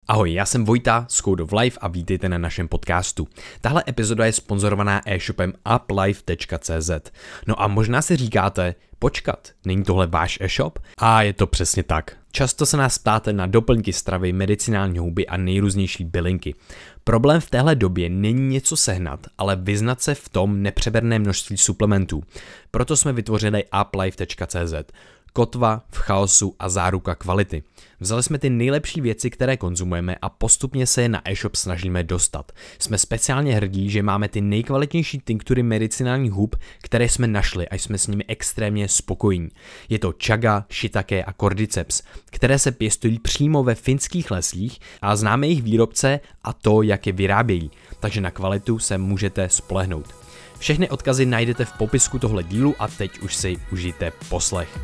Ahoj, já jsem Vojta z Code of Life a vítejte na našem podcastu. Tahle epizoda je sponzorovaná e-shopem uplife.cz. No a možná si říkáte, počkat, není tohle váš e-shop? A je to přesně tak. Často se nás ptáte na doplňky stravy, medicinální houby a nejrůznější bylinky. Problém v téhle době není něco sehnat, ale vyznat se v tom nepřeberné množství suplementů. Proto jsme vytvořili uplife.cz. Kotva v chaosu a záruka kvality. Vzali jsme ty nejlepší věci, které konzumujeme a postupně se je na e-shop snažíme dostat. Jsme speciálně hrdí, že máme ty nejkvalitnější tinktury medicinálních hub, které jsme našli a jsme s nimi extrémně spokojení. Je to chaga, shiitake a cordyceps, které se pěstují přímo ve finských lesích a známe jejich výrobce a to, jak je vyrábějí, takže na kvalitu se můžete spolehnout. Všechny odkazy najdete v popisku tohle dílu a teď už si užijte poslech.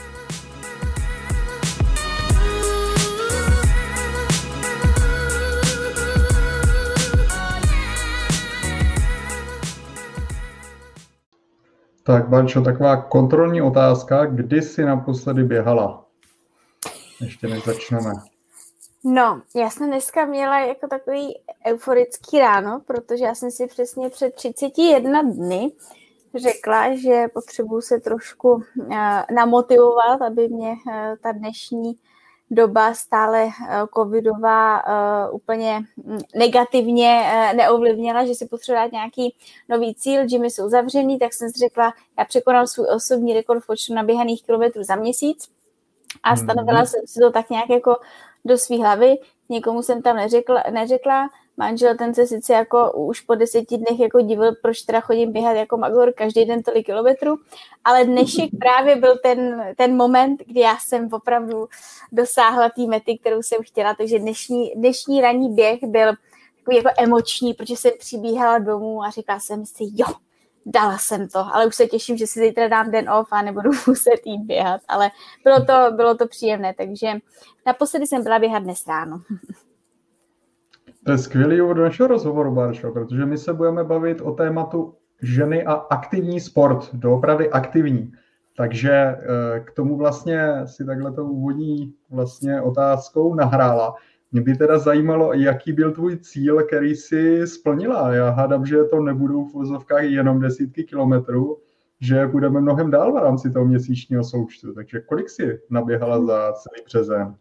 Tak, Bančo, taková kontrolní otázka. Kdy jsi naposledy běhala? Ještě než začneme. No, já jsem dneska měla jako takový euforický ráno, protože já jsem si přesně před 31 dny řekla, že potřebuji se trošku namotivovat, aby mě ta dnešní doba stále covidová úplně negativně neovlivnila, že si potřebuji dát nějaký nový cíl, gymy jsou zavřený, tak jsem si řekla, já překonám svůj osobní rekord v počtu naběhaných kilometrů za měsíc a stanovila jsem si to tak nějak jako do svý hlavy, nikomu jsem tam neřekla. Manžel ten se sice jako už po 10 dnech jako divil, proč teda chodím běhat jako magor každý den tolik kilometrů, ale dnešek právě byl ten moment, kdy já jsem opravdu dosáhla té mety, kterou jsem chtěla, takže dnešní ranní běh byl takový jako emoční, protože jsem přibíhala domů a říkala jsem si, jo, dala jsem to, ale už se těším, že si zítra dám den off a nebudu muset jít běhat, ale bylo to příjemné, takže naposledy jsem byla běhat dnes ráno. To je skvělý úvod do našeho rozhovoru, Barčo, protože my se budeme bavit o tématu ženy a aktivní sport, doopravdy aktivní. Takže k tomu vlastně si takhletou úvodní vlastně otázkou nahrála. Mě by teda zajímalo, jaký byl tvůj cíl, který jsi splnila. Já hádám, že to nebudou v vozovkách jenom desítky kilometrů, že budeme mnohem dál v rámci toho měsíčního součtu. Takže kolik jsi naběhala za celý březen?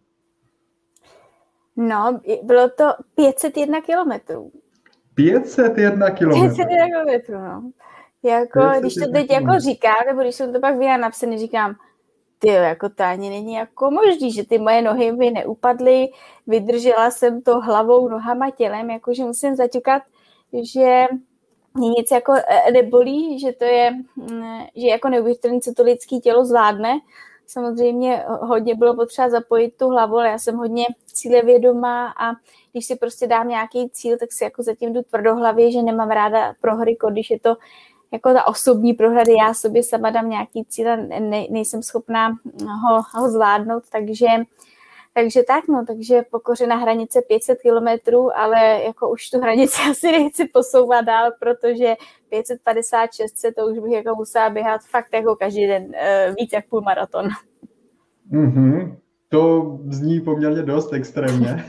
No, bylo to 501 kilometrů. 501 kilometrů? 501 kilometrů, no. Jako, když to teď jako říkám, nebo když jsem to pak viděla napsaný, říkám, tyjo, jako to ani není jako možný, že ty moje nohy by neupadly, vydržela jsem to hlavou, nohama, tělem, jakože musím zaťukat, že mě nic jako nebolí, že to je, že jako neuvěřitelné, co to lidské tělo zvládne. Samozřejmě hodně bylo potřeba zapojit tu hlavu, ale já jsem hodně cílevědomá a když si prostě dám nějaký cíl, tak si jako zatím jdu tvrdohlavě, že nemám ráda prohry, když je to jako ta osobní prohra, já sobě sama dám nějaký cíl a nejsem schopná ho zvládnout, takže tak, no, takže pokořená hranice 500 kilometrů, ale jako už tu hranici asi nechci posouvat dál, protože 556 to už bych jako musela běhat fakt jako každý den víc jak půlmaraton. Mm-hmm. To zní poměrně dost extrémně.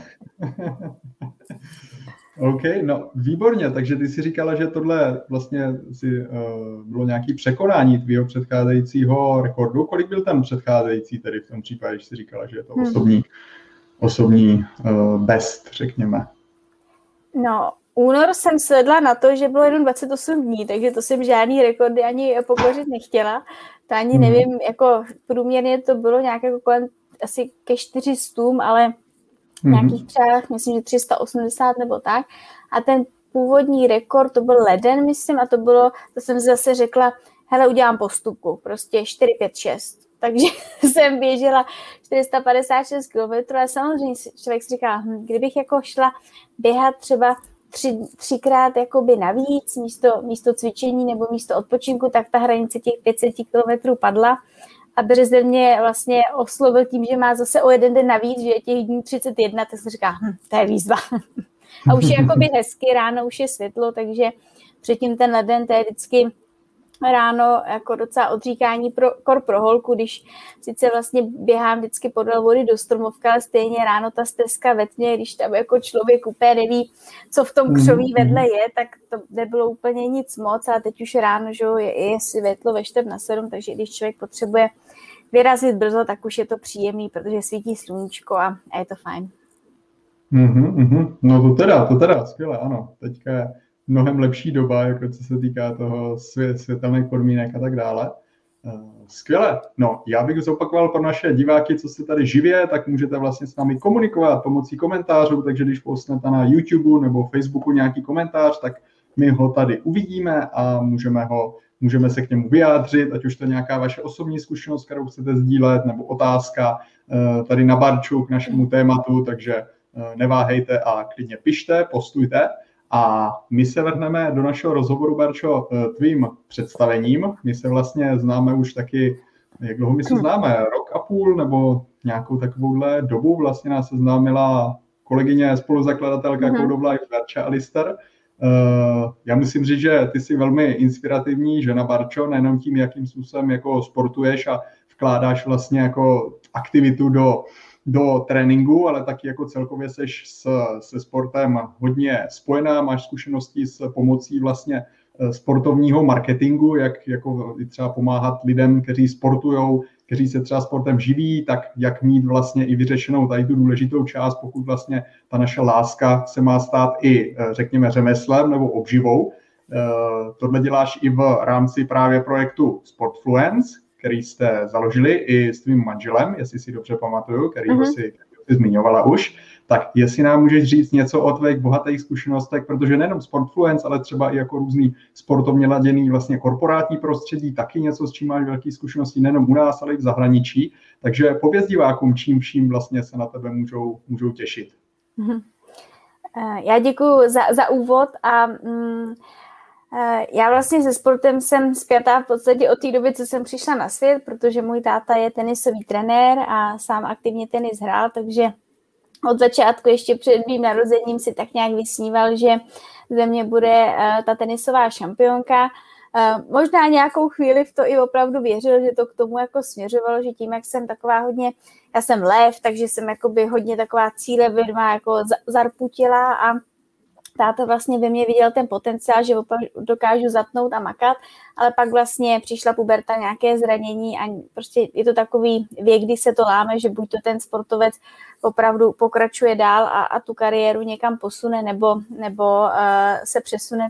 OK, no výborně, takže ty si říkala, že tohle vlastně bylo nějaké překonání tvýho předcházejícího rekordu. Kolik byl ten předcházející tedy v tom případě, když si říkala, že je to osobní best, řekněme? No, únor jsem sledla na to, že bylo jenom 28 dní, takže to jsem žádný rekordy ani pokořit nechtěla. To ani nevím, jako průměrně to bylo nějak jako kolem asi ke 400, ale nějakých třeba, myslím, že 380 nebo tak. A ten původní rekord, to byl leden, myslím, a to jsem si zase řekla, hele, udělám postupku, prostě 4, 5, 6. Takže jsem běžela 456 km, ale samozřejmě člověk si říká, kdybych jako šla běhat třeba třikrát jakoby navíc, místo cvičení nebo místo odpočinku, tak ta hranice těch 500 km padla. A Březen mě vlastně oslovil tím, že má zase o jeden den navíc, že je těch dní 31, tak jsem říká, to je výzva. A už je jakoby hezky, ráno už je světlo, takže předtím ten leden, to je vždycky ráno jako docela odříkání pro holku, když sice vlastně běhám vždycky podél vody do Stromovka, ale stejně ráno ta stezka ve tmě, když tam jako člověk úplně neví, co v tom křoví vedle je, tak to nebylo úplně nic moc, ale teď už ráno, že je světlo ve 6:45, takže když člověk potřebuje vyrazit brzo, tak už je to příjemný, protože svítí sluníčko a je to fajn. No to teda, skvěle, ano. Teďka je mnohem lepší doba, jako co se týká toho světelných podmínek a tak dále. Skvěle. No, já bych zopakoval pro naše diváky, co jste tady živě, tak můžete vlastně s námi komunikovat pomocí komentářů, takže když postnete na YouTube nebo Facebooku nějaký komentář, tak my ho tady uvidíme a můžeme se k němu vyjádřit, ať už to je nějaká vaše osobní zkušenost, kterou chcete sdílet, nebo otázka tady na Barču k našemu tématu, takže neváhejte a klidně pište, postujte. A my se vrhneme do našeho rozhovoru, Barčo, tvým představením. My se vlastně známe už taky, jak dlouho my se známe? Rok a půl nebo nějakou takovouhle dobu. Vlastně nás seznámila kolegyně, spoluzakladatelka Code of Life Verča Alister. Já musím říct, že ty jsi velmi inspirativní žena, Barčo, nejenom tím, jakým způsobem jako sportuješ a vkládáš vlastně jako aktivitu do tréninku, ale taky jako celkově seš se sportem hodně spojená, máš zkušenosti s pomocí vlastně sportovního marketingu, jak jako třeba pomáhat lidem, kteří sportujou, kteří se třeba sportem živí, tak jak mít vlastně i vyřešenou tady tu důležitou část, pokud vlastně ta naše láska se má stát i, řekněme, řemeslem nebo obživou. Tohle děláš i v rámci právě projektu Sportfluence, který jste založili i s tvým manželem, jestli si dobře pamatuju, kterýho si zmiňovala už. Tak jestli nám můžeš říct něco o tvých bohatých zkušenostech, protože nejenom Sportfluence, ale třeba i jako různý sportovně laděný vlastně korporátní prostředí, taky něco, s čím máš velké zkušenosti, nejenom u nás, ale i v zahraničí. Takže pověz divákům, čím vším vlastně se na tebe můžou těšit. Já děkuju za úvod a já vlastně se sportem jsem spjatá v podstatě od té doby, co jsem přišla na svět, protože můj táta je tenisový trenér a sám aktivně tenis hrál, takže od začátku ještě před mým narozením si tak nějak vysníval, že ze mě bude ta tenisová šampionka. Možná nějakou chvíli v to i opravdu věřil, že to k tomu jako směřovalo, že tím, jak jsem taková hodně, já jsem lev, takže jsem jakoby hodně taková cílevědomá, jako zarputila a táta vlastně ve mně viděl ten potenciál, že dokážu zatnout a makat, ale pak vlastně přišla puberta, nějaké zranění a prostě je to takový věk, kdy se to láme, že buď to ten sportovec opravdu pokračuje dál a tu kariéru někam posune nebo se přesune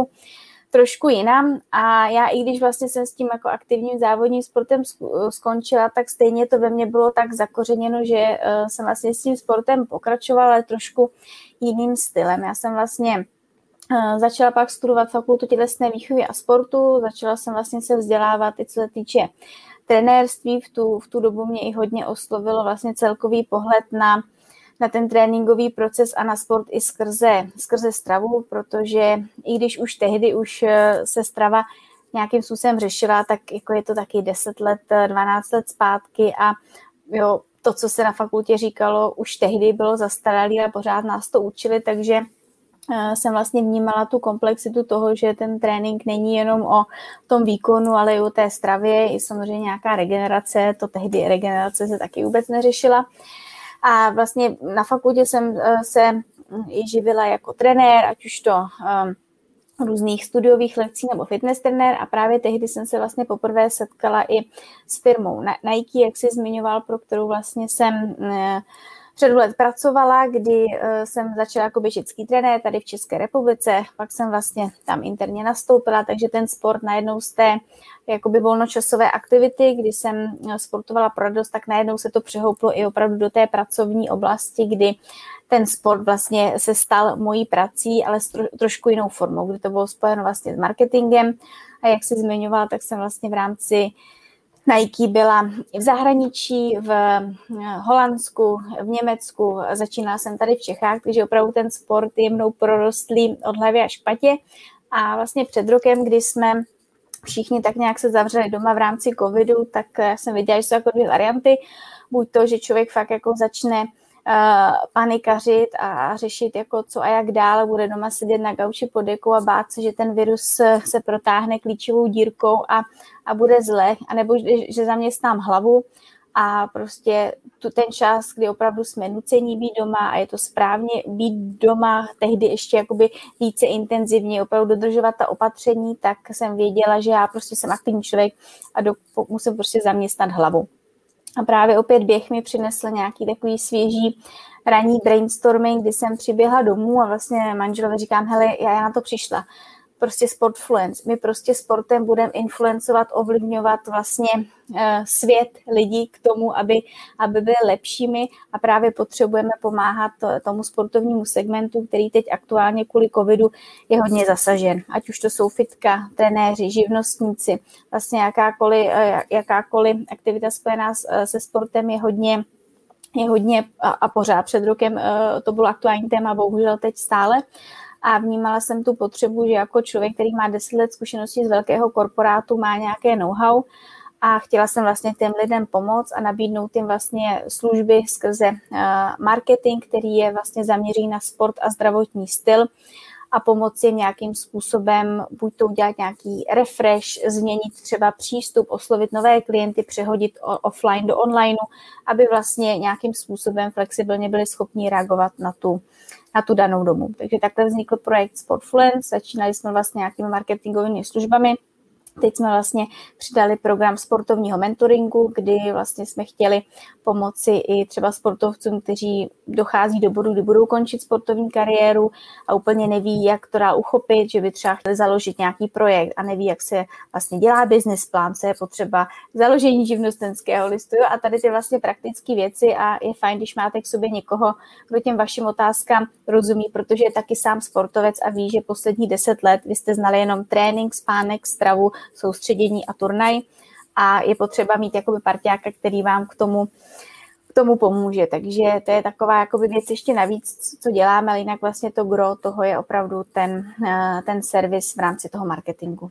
trošku jinam. A já i když vlastně jsem s tím jako aktivním závodním sportem skončila, tak stejně to ve mně bylo tak zakořeněno, že jsem vlastně s tím sportem pokračovala, ale trošku jiným stylem. Já jsem vlastně začala pak studovat fakultu tělesné výchovy a sportu, začala jsem vlastně se vzdělávat i co se týče trenérství. V tu dobu mě i hodně oslovilo vlastně celkový pohled na ten tréninkový proces a na sport i skrze stravu, protože i když už tehdy se strava nějakým způsobem řešila, tak jako je to taky 10 let, 12 let zpátky a jo, to, co se na fakultě říkalo, už tehdy bylo zastaralé a pořád nás to učili, takže jsem vlastně vnímala tu komplexitu toho, že ten trénink není jenom o tom výkonu, ale i o té stravě, i samozřejmě nějaká regenerace, to tehdy regenerace se taky vůbec neřešila. A vlastně na fakultě jsem se i živila jako trenér, ať už to různých studiových lekcí nebo fitness trenér a právě tehdy jsem se vlastně poprvé setkala i s firmou Nike, jak jsi zmiňoval, pro kterou vlastně jsem řadu let pracovala, kdy jsem začala jako běžecký trenér tady v České republice, pak jsem vlastně tam interně nastoupila, takže ten sport najednou z té jakoby volnočasové aktivity, kdy jsem sportovala pro radost, tak najednou se to přehouplo i opravdu do té pracovní oblasti, kdy ten sport vlastně se stal mojí prací, ale s trošku jinou formou, kdy to bylo spojeno vlastně s marketingem a jak jsi zmiňovala, tak jsem vlastně v rámci Nike byla v zahraničí, v Holandsku, v Německu, začínala jsem tady v Čechách, takže opravdu ten sport je mnou prorostlý od hlavy až k patě a vlastně před rokem, kdy jsme všichni tak nějak se zavřeli doma v rámci covidu, tak jsem viděla, že jsou jako dvě varianty. Buď to, že člověk fakt jako začne panikařit a řešit jako co a jak dál, bude doma sedět na gauči pod dekou a bát se, že ten virus se protáhne klíčovou dírkou a bude zle, anebo že zaměstnám hlavu a prostě ten čas, kdy opravdu jsme nuceni být doma a je to správně být doma, tehdy ještě jakoby více intenzivně opravdu dodržovat ta opatření, tak jsem věděla, že já prostě jsem aktivní člověk a musím prostě zaměstnat hlavu. A právě opět běh mi přinesl nějaký takový svěží ranní brainstorming, kdy jsem přiběhla domů a vlastně manželovi říkám, hele, já na to přišla. Prostě sportfluence. My prostě sportem budeme influencovat, ovlivňovat vlastně svět lidí k tomu, aby byli lepšími a právě potřebujeme pomáhat tomu sportovnímu segmentu, který teď aktuálně kvůli covidu je hodně zasažen. Ať už to jsou fitka, trenéři, živnostníci, vlastně jakákoliv aktivita spojená se sportem je hodně a pořád před rokem to bylo aktuální téma, bohužel teď stále. A vnímala jsem tu potřebu, že jako člověk, který má 10 let zkušeností z velkého korporátu, má nějaké know-how a chtěla jsem vlastně těm lidem pomoct a nabídnout jim vlastně služby skrze marketing, který je vlastně zaměří na sport a zdravotní styl a pomoci jim nějakým způsobem buď to udělat nějaký refresh, změnit třeba přístup, oslovit nové klienty, přehodit offline do online, aby vlastně nějakým způsobem flexibilně byli schopni reagovat na tu danou dobu. Takže takhle vznikl projekt Sportfluence, začínali jsme vlastně nějakými marketingovými službami. Teď jsme vlastně přidali program sportovního mentoringu, kdy vlastně jsme chtěli pomoci i třeba sportovcům, kteří dochází do bodu, kdy budou končit sportovní kariéru a úplně neví, jak to dál uchopit, že by třeba chtěli založit nějaký projekt a neví, jak se vlastně dělá business plán, co je potřeba založení živnostenského listu a tady ty vlastně praktické věci a je fajn, když máte k sobě někoho, kdo těm vašim otázkám rozumí, protože je taky sám sportovec a ví, že poslední 10 let vy jste znali jenom trénink, spánek, stravu, soustředění a turnaj a je potřeba mít jakoby parťáka, který vám k tomu pomůže. Takže to je taková jakoby věc ještě navíc, co děláme, ale jinak vlastně to gro toho je opravdu ten servis v rámci toho marketingu.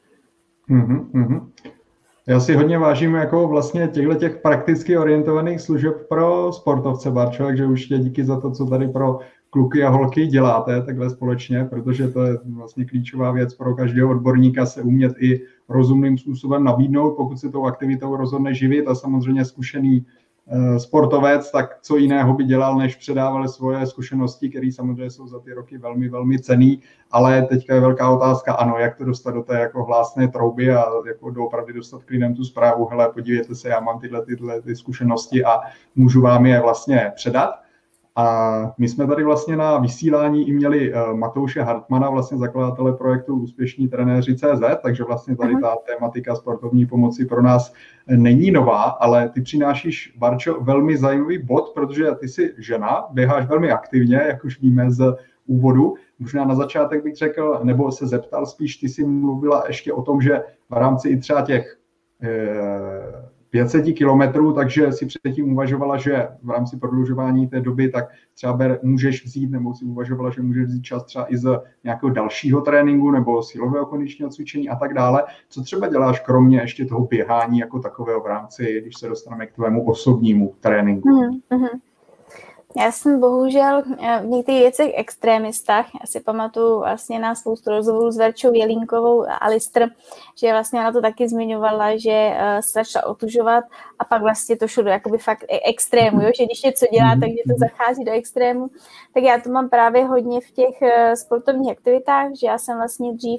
Já si hodně vážím jako vlastně těch prakticky orientovaných služeb pro sportovce, Barčo, takže určitě díky za to, co tady pro kluky a holky děláte takhle společně, protože to je vlastně klíčová věc pro každého odborníka se umět i rozumným způsobem nabídnout, pokud se tou aktivitou rozhodne živit a samozřejmě zkušený sportovec, tak co jiného by dělal, než předával svoje zkušenosti, které samozřejmě jsou za ty roky velmi, velmi cenný, ale teďka je velká otázka, ano, jak to dostat do té jako hlásné trouby a jako doopravdy dostat klidem tu zprávu, hele, podívejte se, já mám tyhle zkušenosti a můžu vám je vlastně předat. A my jsme tady vlastně na vysílání i měli Matouše Hartmana, vlastně zakladatele projektu Úspěšní trenéři CZ, takže vlastně tady ta tematika sportovní pomoci pro nás není nová, ale ty přinášíš, Barčo, velmi zajímavý bod, protože ty jsi žena, běháš velmi aktivně, jak už víme z úvodu. Možná na začátek bych řekl, nebo se zeptal spíš, ty jsi mluvila ještě o tom, že v rámci i třeba těch 500 kilometrů, takže si předtím uvažovala, že v rámci prodlužování té doby tak třeba můžeš vzít, nebo si uvažovala, že můžeš vzít čas třeba i z nějakého dalšího tréninku nebo silového kondičního cvičení a tak dále. Co třeba děláš kromě ještě toho běhání jako takového v rámci, když se dostaneme k tvému osobnímu tréninku? Já jsem bohužel v některých věcech extrémistách. Já si pamatuju vlastně na spoustu rozhovorů s Verčou Jelínkovou a Alistr, že vlastně ona to taky zmiňovala, že se začala otužovat a pak vlastně to šlo do jakoby fakt extrému, jo? Že když něco dělá, takže to zachází do extrému. Tak já to mám právě hodně v těch sportovních aktivitách, že já jsem vlastně dřív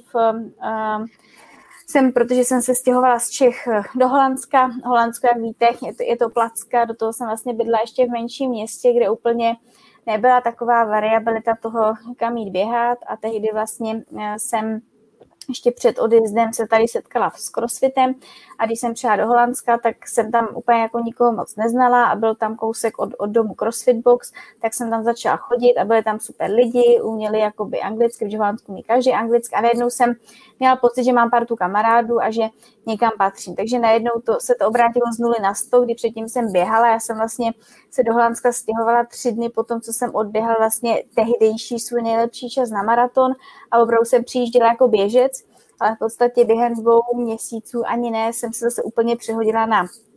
protože jsem se stěhovala z Čech do Holandska. Holandsko, jak víte, je to placka, do toho jsem vlastně bydla ještě v menším městě, kde úplně nebyla taková variabilita toho, kam jít běhat a tehdy vlastně jsem ještě před odjezdem se tady setkala s crossfitem a když jsem přijela do Holandska, tak jsem tam úplně jako nikoho moc neznala a byl tam kousek od domu CrossFit box, tak jsem tam začala chodit a byli tam super lidi, uměli jakoby anglicky, protože v Holandsku umí každý anglicky a najednou jsem měla pocit, že mám partu kamarádů a že někam patřím. Takže najednou se to obrátilo z 0 na 100, kdy předtím jsem běhala, já jsem vlastně se do Holandska stěhovala 3 dny potom, co jsem odběhala vlastně tehdejší svůj nejlepší čas na maraton a opravdu jsem přijížděla jako běžec, ale v podstatě během 2 měsíců ani ne, jsem se zase úplně přehodila na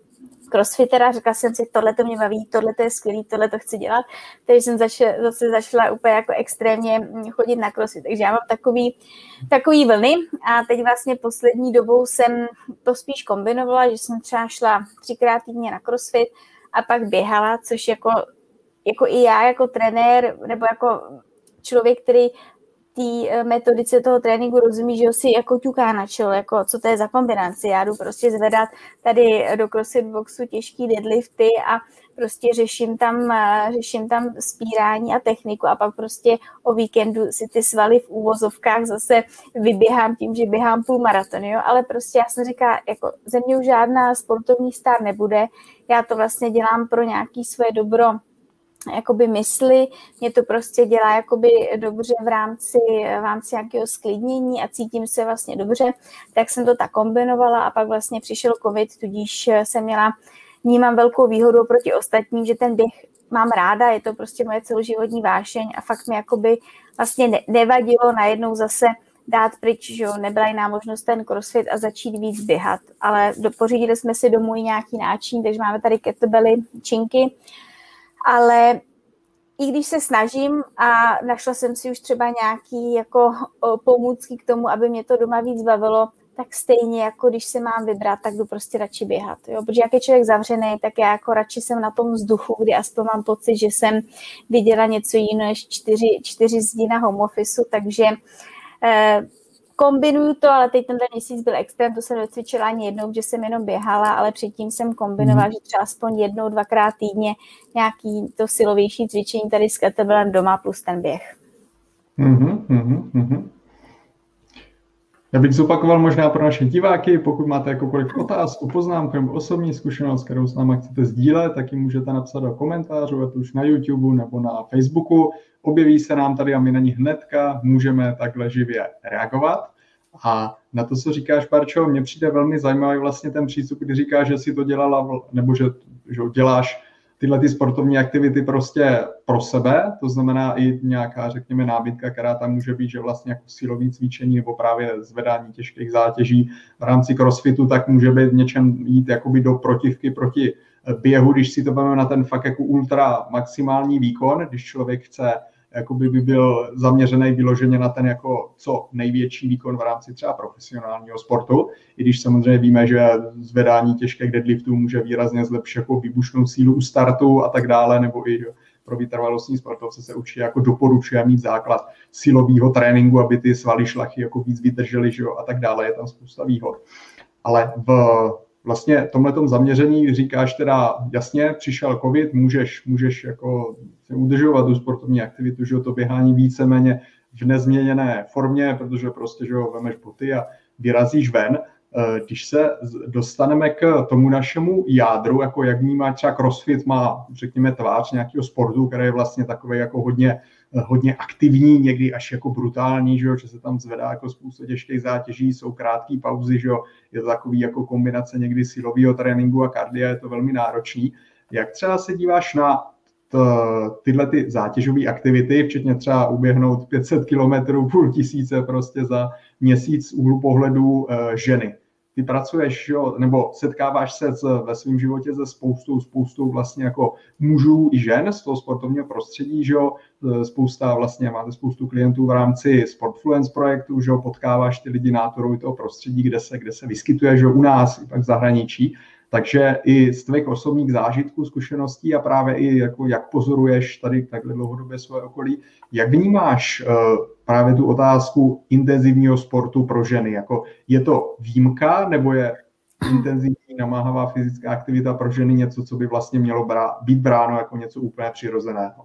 crossfitera, řekla jsem si, tohle to mě baví, tohle to je skvělý, tohle to chci dělat, takže jsem zase začala úplně jako extrémně chodit na crossfit, takže já mám takový vlny a teď vlastně poslední dobou jsem to spíš kombinovala, že jsem třeba šla 3krát týdně na crossfit a pak běhala, což jako i já jako trenér nebo jako člověk, který té metodice toho tréninku rozumí, že ho si jako ťuká na čelo, jako co to je za kombinaci. Já jdu prostě zvedat tady do CrossFit boxu těžký deadlifty a prostě řeším tam spírání a techniku a pak prostě o víkendu si ty svaly v úvozovkách zase vyběhám tím, že běhám půlmaraton, jo, ale prostě já jsem říká, jako ze mě už žádná sportovní star nebude, já to vlastně dělám pro nějaký svoje dobro jakoby mysli, mě to prostě dělá jakoby dobře v rámci nějakého sklidnění a cítím se vlastně dobře, tak jsem to tak kombinovala a pak vlastně přišel covid, tudíž vnímám velkou výhodu proti ostatním, že ten běh mám ráda, je to prostě moje celoživotní vášeň a fakt mi jakoby vlastně nevadilo najednou zase dát pryč, že jo, nebyla jiná možnost ten crossfit a začít víc běhat, ale pořídili jsme si domů i nějaký náčiní, takže máme tady kettlebelly, činky, ale i když se snažím a našla jsem si už třeba nějaký jako pomůcky k tomu, aby mě to doma víc bavilo, tak stejně jako když se mám vybrat, tak jdu prostě radši běhat. Jo? Protože jak je člověk zavřený, tak já jako radši jsem na tom vzduchu, kdy aspoň mám pocit, že jsem viděla něco jiného než 4 zdi na home officeu, takže kombinuju to, ale teď tenhle měsíc byl extrém, to jsem necvičila ani jednou, že jsem jenom běhala, ale předtím jsem kombinovala, že třeba aspoň 1-2krát týdně nějaký to silovější cvičení tady s kettlebellem doma plus ten běh. Já bych zopakoval možná pro naše diváky, pokud máte jakoukoliv otázku, poznámku nebo osobní zkušenost, kterou s námi chcete sdílet, tak ji můžete napsat do komentářů, ať už na YouTube nebo na Facebooku. Objeví se nám tady a my na ní hnedka můžeme takhle živě reagovat. A na to, co říkáš, Barčo, mně přijde velmi zajímavý vlastně ten přístup, kdy říkáš, že si to dělala, nebo že děláš tyhle ty sportovní aktivity prostě pro sebe, to znamená i nějaká, řekněme, nábytka, která tam může být, že vlastně jako silový cvičení nebo právě zvedání těžkých zátěží v rámci crossfitu, tak může být něčem jít jakoby do protivky proti běhu, když si to vezmeme na ten fakt jako ultra maximální výkon, když člověk chce, jakoby by byl zaměřený vyloženě na ten jako co největší výkon v rámci třeba profesionálního sportu, i když samozřejmě víme, že zvedání těžkých deadliftů může výrazně zlepšit jako výbušnou sílu u startu a tak dále, nebo i pro vytrvalostní sportovce se určitě jako doporučuje mít základ silového tréninku, aby ty svaly šlachy jako víc vydržely, že jo, a tak dále, je tam spousta výhod. Ale vlastně tomhletom zaměření říkáš teda, jasně, přišel covid, můžeš jako udržovat tu sportovní aktivitu, že to běhání víceméně v nezměněné formě, protože prostě, že jo, vemeš boty a vyrazíš ven. Když se dostaneme k tomu našemu jádru, jako jak vnímá třeba CrossFit, má, řekněme, tvář nějakého sportu, který je vlastně takový jako hodně aktivní, někdy až jako brutální, že se tam zvedá jako spousta těžkých zátěží, jsou krátké pauzy, že je to takový jako kombinace někdy silového tréninku a kardia, je to velmi náročný. Jak třeba se díváš na tyhle ty zátěžové aktivity, včetně třeba uběhnout 500 kilometrů, 500 prostě za měsíc z úhlu pohledu ženy? Ty pracuješ, jo, nebo setkáváš se ve svém životě se spoustou vlastně jako mužů i žen z toho sportovního prostředí, že jo, máte spoustu klientů v rámci Sportfluence projektu, že jo, potkáváš ty lidi nátoru toho prostředí, kde se vyskytuje, že jo, u nás i pak v zahraničí. Takže i z tvých osobních zážitků, zkušeností a právě i jako jak pozoruješ tady takhle dlouhodobě své okolí, jak vnímáš právě tu otázku intenzivního sportu pro ženy? Jako je to výjimka nebo je intenzivní namáhavá fyzická aktivita pro ženy něco, co by vlastně mělo být bráno jako něco úplně přirozeného?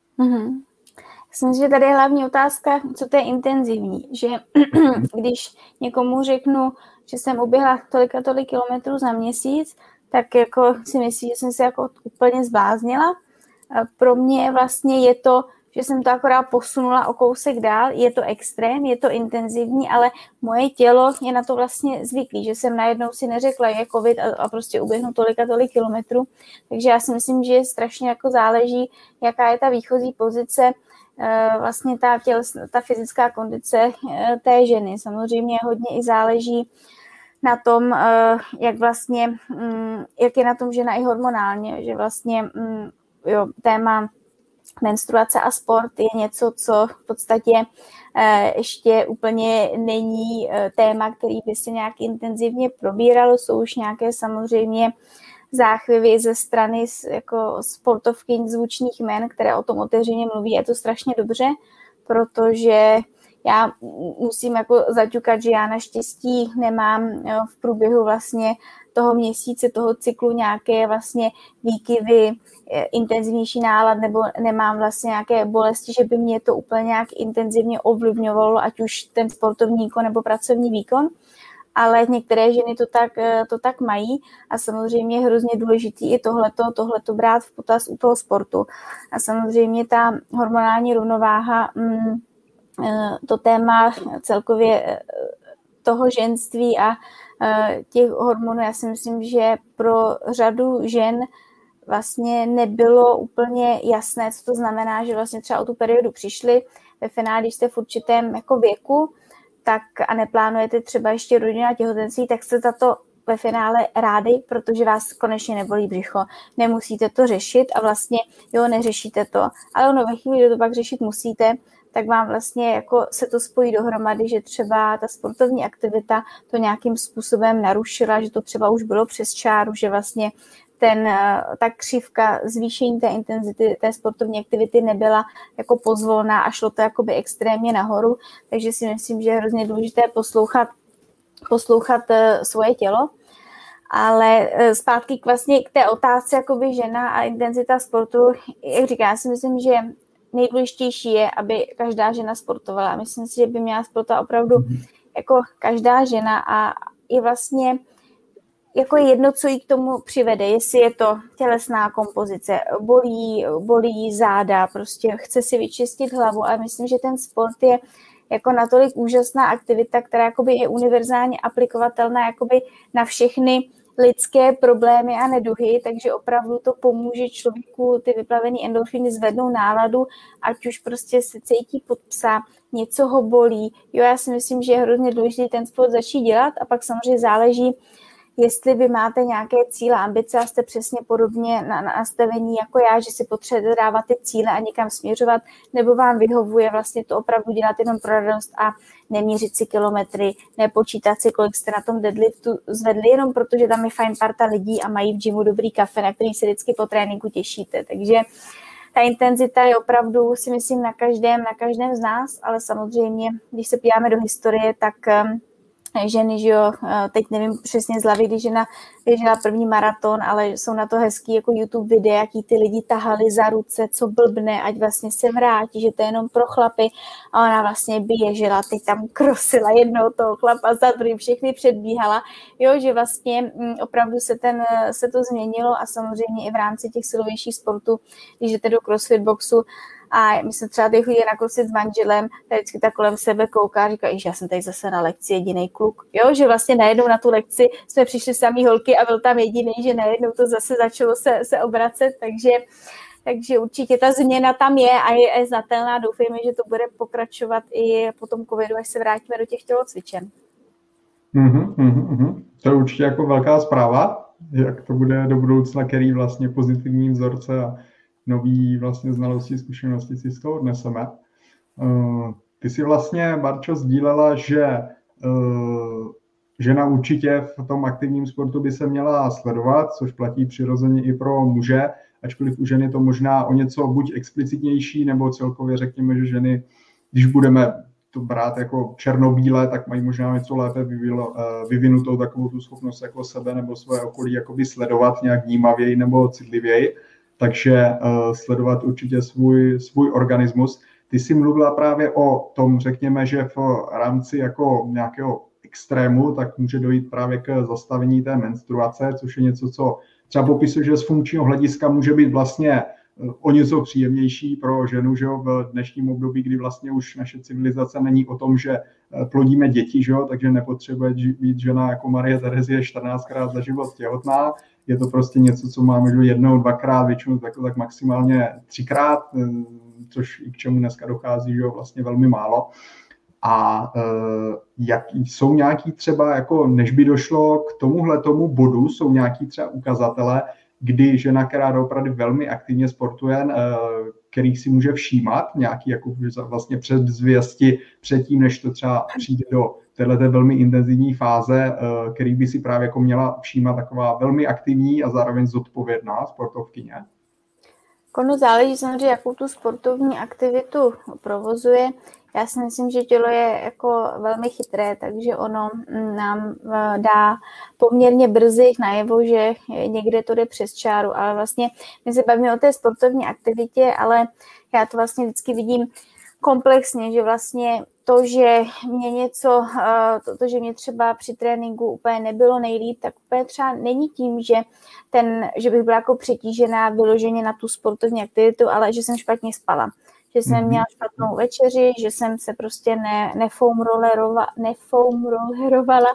Myslím, že tady je hlavní otázka, co to je intenzivní. Že když někomu řeknu, že jsem uběhla tolik a tolik kilometrů za měsíc, tak jako si myslím, že jsem se jako úplně zbláznila. Pro mě vlastně je to, že jsem to akorát posunula o kousek dál, je to extrém, je to intenzivní, ale moje tělo je na to vlastně zvyklý, že jsem najednou si neřekla, je covid a prostě uběhnu tolik a tolik kilometrů. Takže já si myslím, že strašně jako záleží, jaká je ta výchozí pozice, vlastně ta fyzická kondice té ženy. Samozřejmě hodně i záleží na tom, jak vlastně, jak je na tom žena i hormonálně, že vlastně jo, téma menstruace a sport je něco, co v podstatě ještě úplně není téma, který by se nějak intenzivně probíralo. Jsou už nějaké samozřejmě záchvěvy ze strany jako sportovkyň zvučných jmen, které o tom otevřeně mluví. Je to strašně dobře, protože já musím jako zaťukat, že já naštěstí nemám v průběhu vlastně toho měsíce, toho cyklu nějaké vlastně výkyvy, intenzivnější nálad, nebo nemám vlastně nějaké bolesti, že by mě to úplně nějak intenzivně ovlivňovalo, ať už ten sportovní výkon nebo pracovní výkon, ale některé ženy to tak mají a samozřejmě je hrozně důležitý i tohleto brát v potaz u toho sportu. A samozřejmě ta hormonální rovnováha, to téma celkově toho ženství a těch hormonů, já si myslím, že pro řadu žen vlastně nebylo úplně jasné, co to znamená, že vlastně třeba o tu periodu přišli. Ve finále, když jste v určitém jako věku, tak a neplánujete třeba ještě rodinu a těhotenství, tak jste za to ve finále rádi, protože vás konečně nebolí břicho. Nemusíte to řešit a vlastně neřešíte to. Ale ono ve chvíli, kdy to pak řešit musíte, tak vám vlastně jako se to spojí dohromady, že třeba ta sportovní aktivita to nějakým způsobem narušila, že to třeba už bylo přes čáru, že vlastně ta křivka zvýšení té intenzity té sportovní aktivity nebyla jako pozvolná a šlo to jakoby extrémně nahoru, takže si myslím, že je hrozně důležité poslouchat svoje tělo. Ale zpátky k té otázce jakoby žena a intenzita sportu, jak říkám, já si myslím, že nejdůležitější je, aby každá žena sportovala. Myslím si, že by měla sportovat opravdu jako každá žena a je vlastně jako jedno, co jí k tomu přivede, jestli je to tělesná kompozice, bolí záda, prostě chce si vyčistit hlavu a myslím, že ten sport je jako natolik úžasná aktivita, která jakoby je univerzálně aplikovatelná jakoby na všechny lidské problémy a neduhy, takže opravdu to pomůže člověku ty vyplavené endorfiny zvednou náladu, ať už prostě se cítí pod psa, něco ho bolí. Jo, já si myslím, že je hrozně důležité ten sport začít dělat a pak samozřejmě záleží, jestli vy máte nějaké cíle, ambice a jste přesně podobně na nastavení jako já, že si potřebujete dávat ty cíle a někam směřovat, nebo vám vyhovuje vlastně to opravdu dělat jenom pro radost a neměřit si kilometry, nepočítat si, kolik jste na tom deadliftu zvedli, jenom protože tam je fajn parta lidí a mají v gymu dobrý kafe, na který se vždycky po tréninku těšíte. Takže ta intenzita je opravdu, si myslím, na každém z nás, ale samozřejmě, když se podíváme do historie, tak ženy, že jo, teď nevím přesně z hlavy, když žena běžela první maraton, ale jsou na to hezký jako YouTube videa, jaký ty lidi tahali za ruce, co blbne, ať vlastně se vrátí, že to je jenom pro chlapy a ona vlastně běžela, teď tam krosila jednou toho chlapa za druhým, všechny předbíhala, jo, že vlastně opravdu se to změnilo a samozřejmě i v rámci těch silovějších sportů, když jdete do CrossFit boxu, a my jsme třeba teď chodili na CrossFit s manželem, tady vždycky tak kolem sebe kouká a říká, že já jsem tady zase na lekci jedinej kluk. Jo, že vlastně najednou na tu lekci jsme přišli samý holky a byl tam jediný, že najednou to zase začalo se obracet, takže určitě ta změna tam je a je znatelná. Doufejme, že to bude pokračovat i po tom covidu, až se vrátíme do těch tělocvičen. To je určitě jako velká zpráva, jak to bude do budoucna, který vlastně pozitivní vzorce a nový vlastně znalosti, zkušenosti si z toho odneseme. Ty si vlastně, Barčo, sdílela, že žena určitě v tom aktivním sportu by se měla sledovat, což platí přirozeně i pro muže, ačkoliv u ženy to možná o něco buď explicitnější, nebo celkově řekněme, že ženy, když budeme to brát jako černobílé, tak mají možná něco lépe vyvinutou takovou tu schopnost jako sebe nebo své okolí jakoby sledovat nějak vnímavěji nebo citlivěji. Takže sledovat určitě svůj organismus. Ty jsi mluvila právě o tom, řekněme, že v rámci jako nějakého extrému, tak může dojít právě k zastavení té menstruace, což je něco, co třeba popisuje, že z funkčního hlediska může být vlastně o něco příjemnější pro ženu, že jo, v dnešním období, kdy vlastně už naše civilizace není o tom, že plodíme děti, že jo, takže nepotřebuje být žena jako Marie Terezie 14krát za život těhotná. Je to prostě něco, co máme jednou, dvakrát, většinou tak maximálně 3krát, což i k čemu dneska dochází, že jo, vlastně velmi málo. A jaký jsou nějaký třeba, jako než by došlo k tomu bodu, jsou nějaký třeba ukazatele, kdy žena, která opravdu velmi aktivně sportuje, kterých si může všímat, nějaký jako vlastně předzvěsti předtím, než to třeba přijde do této velmi intenzivní fáze, který by si právě jako měla všímat taková velmi aktivní a zároveň zodpovědná sportovkyně? Ono záleží samozřejmě, jakou tu sportovní aktivitu provozuje. Já si myslím, že tělo je jako velmi chytré, takže ono nám dá poměrně brzy najevo, že někde to jde přes čáru, ale vlastně my se bavíme o té sportovní aktivitě, ale já to vlastně vždycky vidím komplexně, že vlastně to, že mě třeba při tréninku úplně nebylo nejlíp, tak úplně třeba není tím, že bych byla jako přetížená vyloženě na tu sportovní aktivitu, ale že jsem špatně spala. Že jsem měla špatnou večeři, že jsem se prostě nefoamrollerovala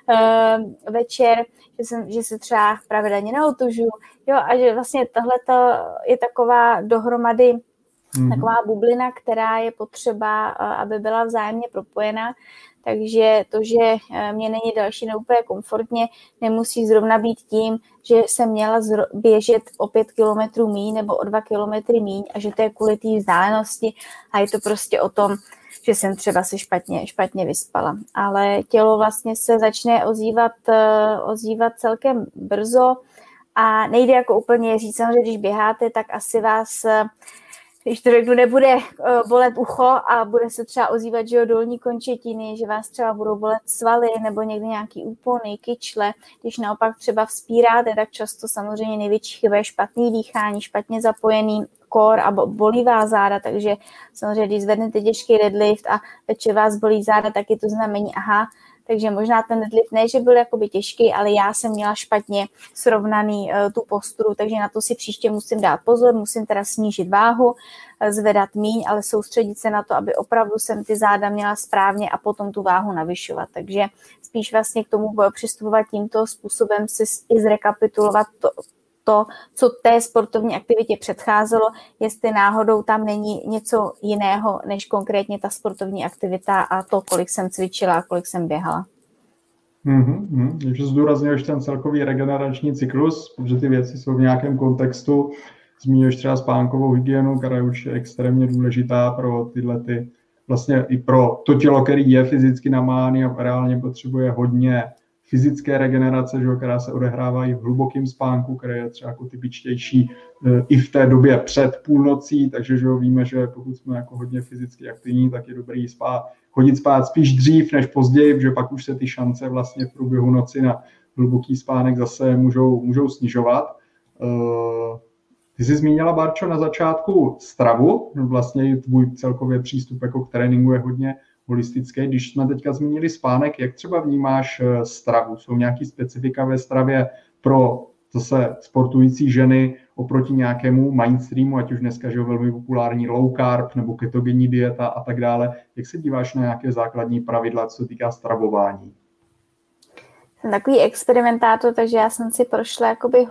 večer, že se třeba pravidelně neotužuju. Jo, a že vlastně tohle je taková dohromady taková bublina, která je potřeba, aby byla vzájemně propojena. Takže to, že mě není další úplně komfortně, nemusí zrovna být tím, že jsem měla běžet o 5 kilometrů míň nebo o 2 kilometry míň a že to je kvůli té vzdálenosti a je to prostě o tom, že jsem třeba se špatně vyspala. Ale tělo vlastně se začne ozývat celkem brzo a nejde jako úplně říct, že když běháte, tak asi vás, když to řeknu, nebude bolet ucho a bude se třeba ozývat, že dolní končetiny, že vás třeba budou bolet svaly nebo někdy nějaký úpony, kyčle. Když naopak třeba vzpíráte, tak často samozřejmě největší chyba je špatný dýchání, špatně zapojený kor a bolí vás záda, takže samozřejmě, když zvednete těžký deadlift a večer vás bolí záda, tak je to znamení, takže možná ten deadlift ne, že byl jakoby těžký, ale já jsem měla špatně srovnaný tu posturu, takže na to si příště musím dát pozor, musím teda snížit váhu, zvedat míň, ale soustředit se na to, aby opravdu jsem ty záda měla správně a potom tu váhu navyšovat. Takže spíš vlastně k tomu přistupovat tímto způsobem, si i zrekapitulovat to, co té sportovní aktivitě předcházelo, jestli náhodou tam není něco jiného, než konkrétně ta sportovní aktivita a to, kolik jsem cvičila a kolik jsem běhala. Takže zdůrazňuješ ten celkový regenerační cyklus, protože ty věci jsou v nějakém kontextu. Zmínuješ třeba spánkovou hygienu, která už je extrémně důležitá pro vlastně i pro to tělo, který je fyzicky namáhaný a reálně potřebuje hodně fyzické regenerace, která se odehrává i v hlubokém spánku, který je třeba jako typičtější i v té době před půlnocí, takže víme, že pokud jsme jako hodně fyzicky aktivní, tak je dobrý chodit spát spíš dřív než později, protože pak už se ty šance vlastně v průběhu noci na hluboký spánek zase můžou snižovat. Ty jsi zmínila, Barčo, na začátku stravu, vlastně tvůj celkově přístup jako k tréninku je hodně holistické. Když jsme teďka zmínili spánek, jak třeba vnímáš stravu? Jsou nějaké specifika ve stravě pro zase sportující ženy oproti nějakému mainstreamu, ať už dneska je velmi populární low carb nebo ketogenní dieta a tak dále. Jak se díváš na nějaké základní pravidla, co se týká stravování? Jsem takový experimentátor, takže já jsem si prošla jakoby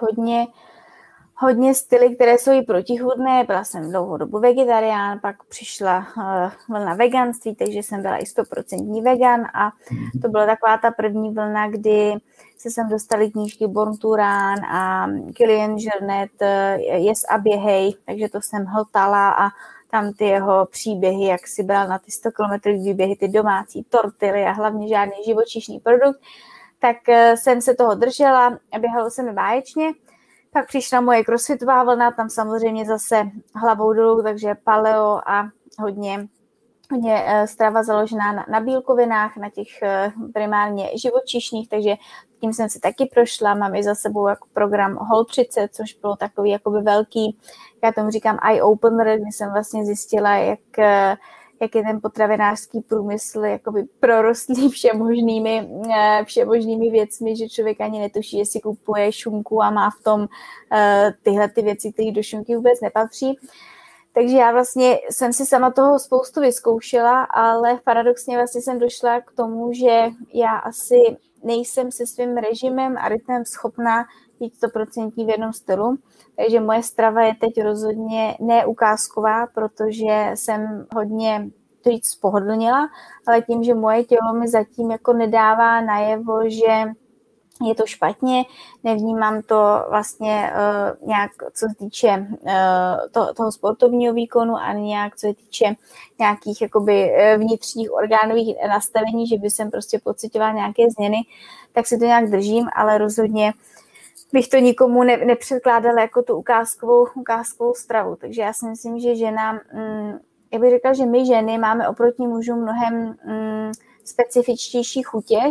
hodně styly, které jsou i protichůdné. Byla jsem dlouhou dobu vegetarián, pak přišla vlna veganství, takže jsem byla i 100% vegan a to byla taková ta první vlna, kdy se sem dostaly knížky Born to Run a Kilian Jornet, Yes a běhej, takže to jsem hltala a tam ty jeho příběhy, jak si bral na ty 100 km výběhy, ty domácí tortily a hlavně žádný živočišný produkt, tak jsem se toho držela a běhalo se mi báječně. Pak přišla moje crossfitová vlna, tam samozřejmě zase hlavou dolů, takže paleo a hodně strava založená na bílkovinách, na těch primárně živočišných, takže tím jsem si taky prošla. Mám i za sebou jako program Whole 30, což bylo takový jakoby velký, já tomu říkám eye-opener, kdy jsem vlastně zjistila, jak je ten potravinářský průmysl jakoby prorostlý všemožnými věcmi, že člověk ani netuší, jestli kupuje šunku a má v tom tyhle ty věci, které do šunky vůbec nepatří. Takže já vlastně jsem si sama toho spoustu vyzkoušela, ale paradoxně vlastně jsem došla k tomu, že já asi nejsem se svým režimem a rytmem schopná být 100% v jednom stylu. Takže moje strava je teď rozhodně neukázková, protože jsem hodně to říct spohodlnila, ale tím, že moje tělo mi zatím jako nedává najevo, že je to špatně, nevnímám to vlastně nějak, co se týče toho sportovního výkonu, ani nějak, co se týče nějakých jakoby vnitřních orgánových nastavení, že by jsem prostě pocitovala nějaké změny, tak si to nějak držím, ale rozhodně bych to nikomu nepředkládala jako tu ukázkovou stravu. Takže já si myslím, že žena, já bych řekla, že my ženy máme oproti mužům mnohem specifičtější chutě,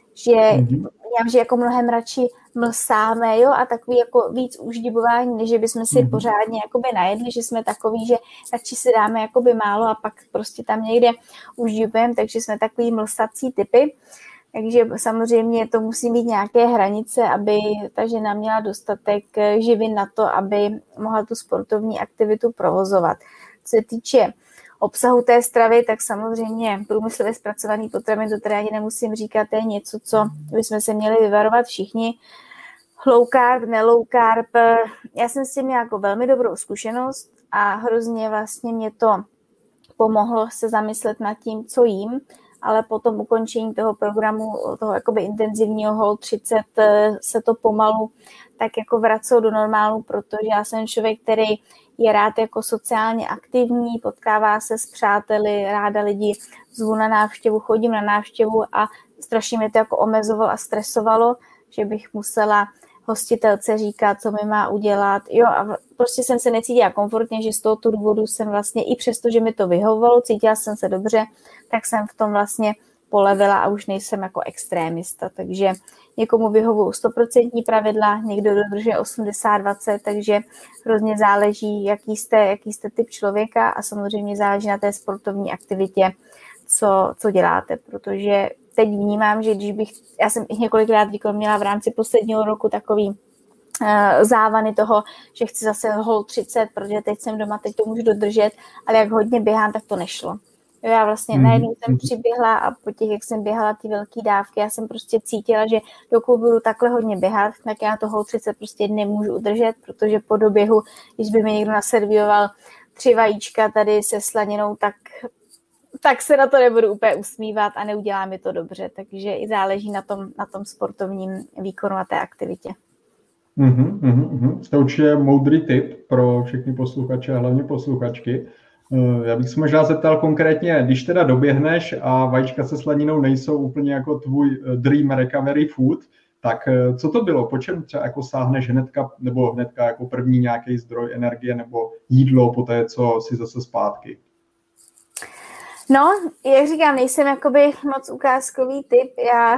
že jako mnohem radši mlsáme, jo, a takový jako víc uždibování, než bychom si pořádně jakoby najedli, že jsme takový, že radši si dáme jakoby málo a pak prostě tam někde uždibujeme, takže jsme takový mlsací typy. Takže samozřejmě to musí mít nějaké hranice, aby ta žena měla dostatek živin na to, aby mohla tu sportovní aktivitu provozovat. Co se týče obsahu té stravy, tak samozřejmě průmyslově zpracovaný potravin, to teda ani nemusím říkat, to je něco, co bychom se měli vyvarovat všichni. Low carb, ne low carb. Já jsem s tím měla jako velmi dobrou zkušenost a hrozně vlastně mě to pomohlo se zamyslet nad tím, co jím, ale po tom ukončení toho programu, toho jakoby intenzivního Whole 30 se to pomalu tak jako vracelo do normálu, protože já jsem člověk, který je rád jako sociálně aktivní, potkává se s přáteli, ráda lidi zvu na návštěvu, chodím na návštěvu a strašně mě to jako omezovalo a stresovalo, že bych musela hostitelce říkat, co mi má udělat. Jo, a prostě jsem se necítila komfortně, že z tohoto důvodu jsem vlastně, i přesto, že mi to vyhovovalo, cítila jsem se dobře, tak jsem v tom vlastně polevila a už nejsem jako extrémista. Takže někomu vyhovují 100% pravidla, někdo dodržuje 80-20, takže hrozně záleží, jaký jste typ člověka a samozřejmě záleží na té sportovní aktivitě, co děláte, protože teď vnímám, že já jsem i několikrát měla v rámci posledního roku takový závany toho, že chci zase Whole 30, protože teď jsem doma, teď to můžu dodržet, ale jak hodně běhám, tak to nešlo. Já vlastně najednou jsem přiběhla a po těch, jak jsem běhala ty velké dávky, já jsem prostě cítila, že dokud budu takhle hodně běhat, tak já to Whole 30 prostě nemůžu udržet, protože po doběhu, když by mi někdo naservíroval 3 vajíčka tady se slaninou, tak se na to nebudu úplně usmívat a neudělá mi to dobře, takže i záleží na tom sportovním výkonu a té aktivitě. To určitě je moudrý tip pro všechny posluchače a hlavně posluchačky. Já bych se možná zeptal konkrétně, když teda doběhneš a vajíčka se slaninou nejsou úplně jako tvůj dream recovery food, tak co to bylo? Po čem třeba jako sáhneš hnedka jako první nějaký zdroj energie nebo jídlo po té, co si zase zpátky? No, jak říkám, nejsem jakoby moc ukázkový typ. Já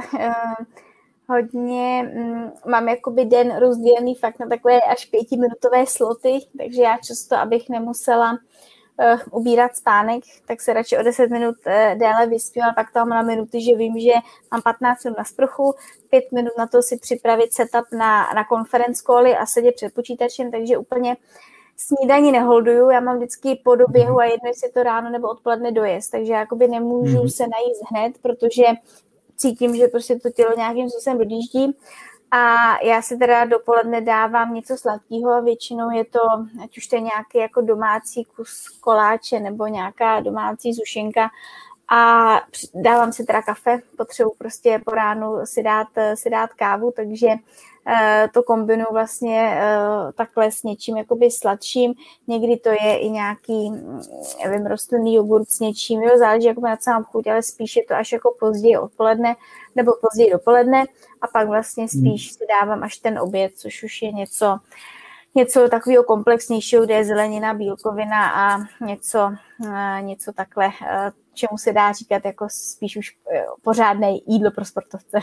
hodně mám jakoby den rozdělený fakt na takové až 5minutové sloty, takže já často, abych nemusela ubírat spánek, tak se radši o 10 minut déle vyspím, a pak tam na minuty, že vím, že mám 15 minut na sprchu, 5 minut na to si připravit setup na conference cally a sedět před počítačem, takže úplně snídaní neholduju, já mám vždycky po doběhu a jedno, jestli to ráno nebo odpoledne dojezd, takže já jakoby nemůžu se najíst hned, protože cítím, že prostě to tělo nějakým způsobem odjíždí. A já si teda dopoledne dávám něco sladkého a většinou je to, ať už to je nějaký jako domácí kus koláče nebo nějaká domácí sušenka a dávám si teda kafe, potřebuji prostě po ránu si dát kávu, takže to kombinuji vlastně takhle s něčím jakoby sladším. Někdy to je i nějaký, nevím, rostlinný jogurt s něčím, jo, záleží jako na co mám chuť, ale spíš je to až jako později odpoledne nebo později dopoledne a pak vlastně spíš si dávám až ten oběd, což už je něco takového komplexnějšího, kde je zelenina, bílkovina a něco takhle, čemu se dá říkat jako spíš už pořádné jídlo pro sportovce.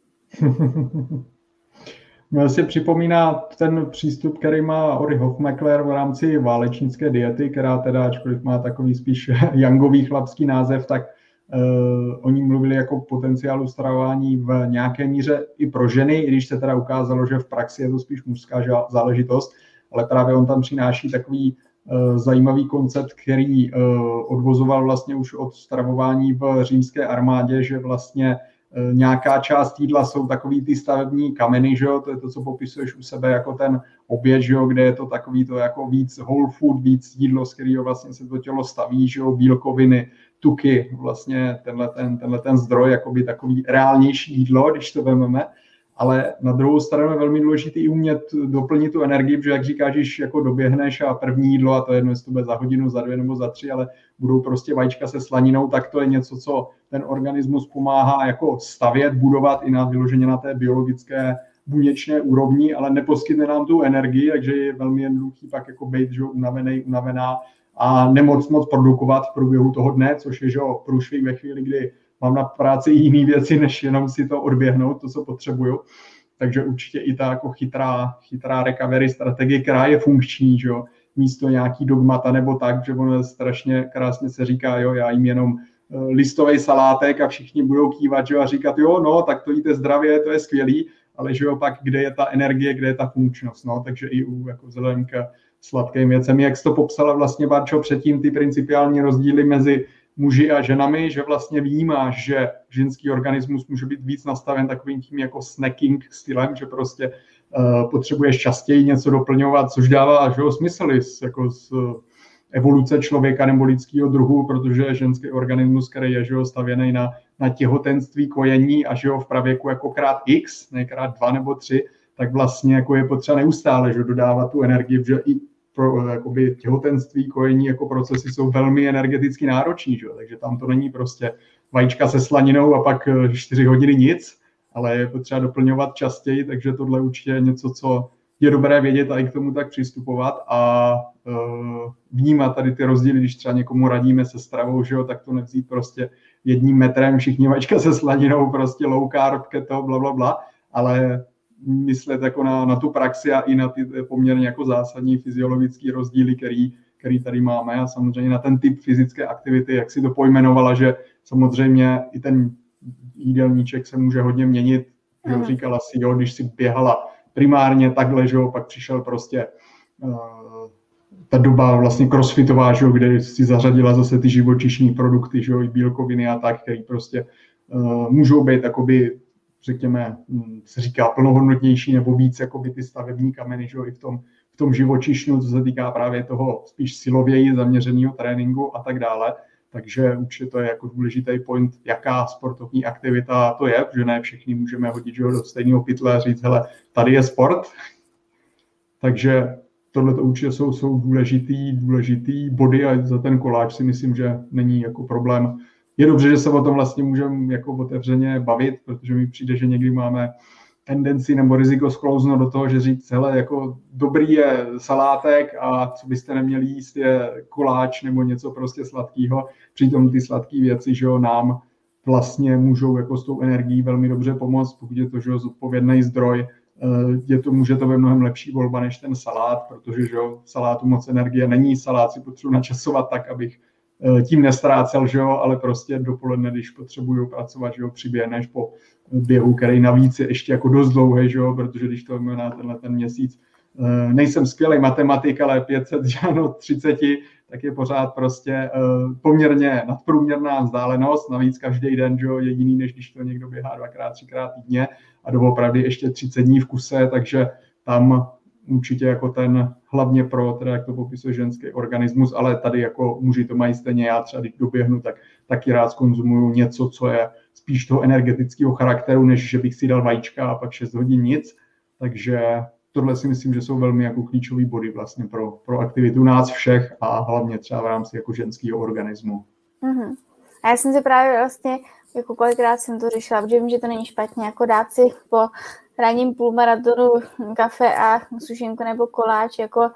Mě si připomíná ten přístup, který má Ori Hofmeckler v rámci válečnické diety, která teda, ačkoliv má takový spíš jangový chlapský název, tak oni mluvili jako potenciálu stravování v nějaké míře i pro ženy, i když se teda ukázalo, že v praxi je to spíš mužská záležitost, ale právě on tam přináší takový zajímavý koncept, který odvozoval vlastně už od stravování v římské armádě, že vlastně nějaká část jídla jsou takový ty stavební kameny, že jo? To je to, co popisuješ u sebe jako ten oběd, že jo? Kde je to takový to jako víc whole food, víc jídlo, z kterého vlastně se to tělo staví, že jo? Bílkoviny, tuky, vlastně tenhle ten zdroj, jakoby takový reálnější jídlo, když to vezmeme. Ale na druhou stranu je velmi důležité i umět doplnit tu energii, protože jak říkáš, když jako doběhneš a první jídlo, a to je jedno, jestli to bude za hodinu, za 2 nebo za 3, ale budou prostě vajíčka se slaninou, tak to je něco, co ten organismus pomáhá jako stavět, budovat i vyloženě na té biologické buněčné úrovni, ale neposkytne nám tu energii, takže je velmi jednoduchý pak jako být unavená a nemoc moc produkovat v průběhu toho dne, což je průšvih ve chvíli, kdy mám na práci i jiné věci, než jenom si to odběhnout, to, co potřebuju. Takže určitě i ta jako chytrá recovery strategie, která je funkční, že jo, místo nějaký dogmata nebo tak, že ono strašně krásně se říká, jo, já jim jenom listový salátek a všichni budou kývat, že jo, a říkat, jo, no, tak to jíte zdravě, to je skvělý, ale že jo, pak kde je ta energie, kde je ta funkčnost, no, takže i jako vzhledem k sladkým věcem, jak jsi to popsala vlastně, Barčo, předtím ty principiální rozdíly mezi muži a ženami, že vlastně vnímáš, že ženský organismus může být víc nastaven takovým tím jako snacking stylem, že prostě potřebuješ častěji něco doplňovat, což dává smysl jako z evoluce člověka nebo lidského druhu, protože ženský organismus, který je stavěný na těhotenství, kojení a že v pravěku jako krát x, ne krát 2 nebo 3, tak vlastně jako je potřeba neustále dodávat tu energii, že i pro jakoby těhotenství, kojení jako procesy jsou velmi energeticky náročný, že? Takže tam to není prostě vajíčka se slaninou a pak 4 hodiny nic, ale je potřeba doplňovat častěji, takže tohle určitě je něco, co je dobré vědět a i k tomu tak přistupovat a vnímat tady ty rozdíly, když třeba někomu radíme se stravou, že jo, tak to nevzít prostě 1 metrem všichni vajíčka se slaninou, prostě low carb, keto, blablabla, ale myslet jako na tu praxi a i na ty poměrně jako zásadní fyziologické rozdíly, který tady máme a samozřejmě na ten typ fyzické aktivity, jak si to pojmenovala, že samozřejmě i ten jídelníček se může hodně měnit, že říkala si, jo, když si běhala primárně takhle, že jo, pak přišel prostě ta doba vlastně crossfitová, že jo, kde si zařadila zase ty živočišní produkty, že jo, i bílkoviny a tak, který prostě můžou být jakoby, řekněme, se říká plnohodnotnější nebo víc jakoby ty stavební kameny, že jo, i v tom živočišnu, co se týká právě toho spíš silověji zaměřeného tréninku a tak dále. Takže určitě to je jako důležitý point, jaká sportovní aktivita to je, protože ne všichni můžeme hodit, že jo, do stejného pytle a říct, hele, tady je sport. Takže tohle to určitě jsou důležitý body a za ten koláč si myslím, že není jako problém. Je dobře, že se o tom vlastně můžeme jako otevřeně bavit, protože mi přijde, že někdy máme tendenci nebo riziko sklouznout do toho, že říct, hele, jako dobrý je salátek a co byste neměli jíst je koláč nebo něco prostě sladkého. Přitom ty sladké věci, že jo, nám vlastně můžou jako s tou energií velmi dobře pomoct, pokud je to, že jo, zodpovědný zdroj. Může to být mnohem lepší volba než ten salát, protože že jo, salátu moc energie není, salát si potřebuji načasovat tak, abych tím nestrácel, že jo, ale prostě dopoledne, když potřebuju pracovat, že jo, přiběhneš po běhu, který navíc je ještě jako dost dlouhý, že jo, protože když to na ten měsíc nejsem skvělý matematik, ale 500, že ano, 30, tak je pořád prostě poměrně nadprůměrná vzdálenost, navíc každý den, že jo, je jiný, než když to někdo běhá 2x, 3x týdně a doopravdy ještě 30 dní v kuse, takže tam určitě jako ten hlavně pro, teda jak to popisuje ženský organismus, ale tady jako muži to mají stejně, já třeba když doběhnu, tak taky rád konzumuju něco, co je spíš toho energetického charakteru, než že bych si dal vajíčka a pak 6 hodin nic, takže tohle si myslím, že jsou velmi jako klíčový body vlastně pro aktivitu nás všech a hlavně třeba v rámci jako ženského organismu. Mm-hmm. A já jsem si právě vlastně, jako kolikrát jsem to řešila, protože vím, že to není špatně, jako dát si po ranním půlmaratonu kafe a sušenku nebo koláč, jako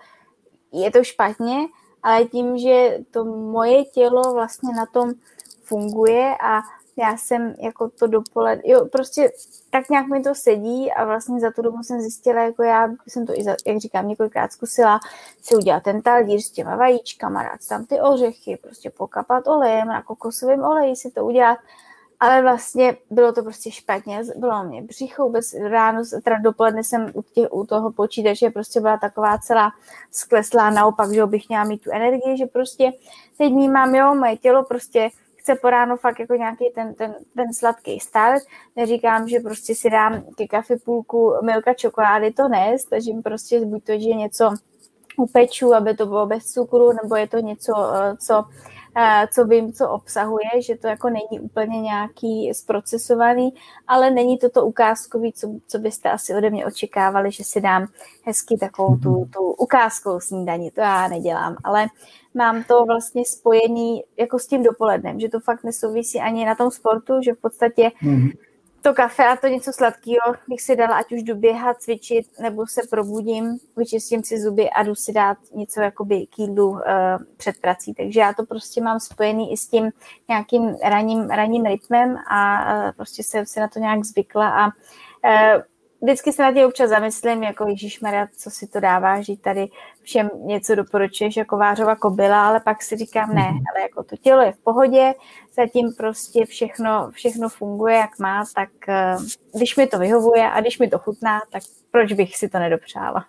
je to špatně, ale tím, že to moje tělo vlastně na tom funguje a já jsem jako to dopoledne, jo, prostě tak nějak mi to sedí a vlastně za tu dobu jsem zjistila, jako já jsem to i, jak říkám, několikrát zkusila si udělat ten talíř s těma vajíčkama, dát tam ty ořechy, prostě pokapat olejem, na kokosovém oleji si to udělat, ale vlastně bylo to prostě špatně, bylo mě břicho, vůbec ráno, teda dopoledne jsem u toho počítače prostě byla taková celá skleslá, naopak, že bych měla mít tu energii, že prostě teď vnímám, jo, moje tělo prostě chce po ráno fakt jako nějaký ten sladký start. Neříkám, že prostě si dám ke kafe půlku milka čokolády, to ne, takže prostě buď to, že něco upeču, aby to bylo bez cukru, nebo je to něco, co vím, co obsahuje, že to jako není úplně nějaký zprocesovaný, ale není to ukázkový, co byste asi ode mě očekávali, že si dám hezky takovou tu ukázkovou snídani. To já nedělám, ale mám to vlastně spojený jako s tím dopolednem, že to fakt nesouvisí ani na tom sportu, že v podstatě to kafe a to něco sladkého bych si dala, ať už jdu běhat, cvičit, nebo se probudím, vyčistím si zuby a jdu si dát něco jakoby k jídlu před prací. Takže já to prostě mám spojený i s tím nějakým ranním rytmem a prostě jsem se na to nějak zvykla a vždycky se na tě občas zamyslím, jako ježišmarja, co si to dává, že tady všem něco doporučuješ jako Vářova kobyla, ale pak si říkám, ne, ale jako to tělo je v pohodě, zatím prostě všechno funguje, jak má, tak když mi to vyhovuje a když mi to chutná, tak proč bych si to nedopřála?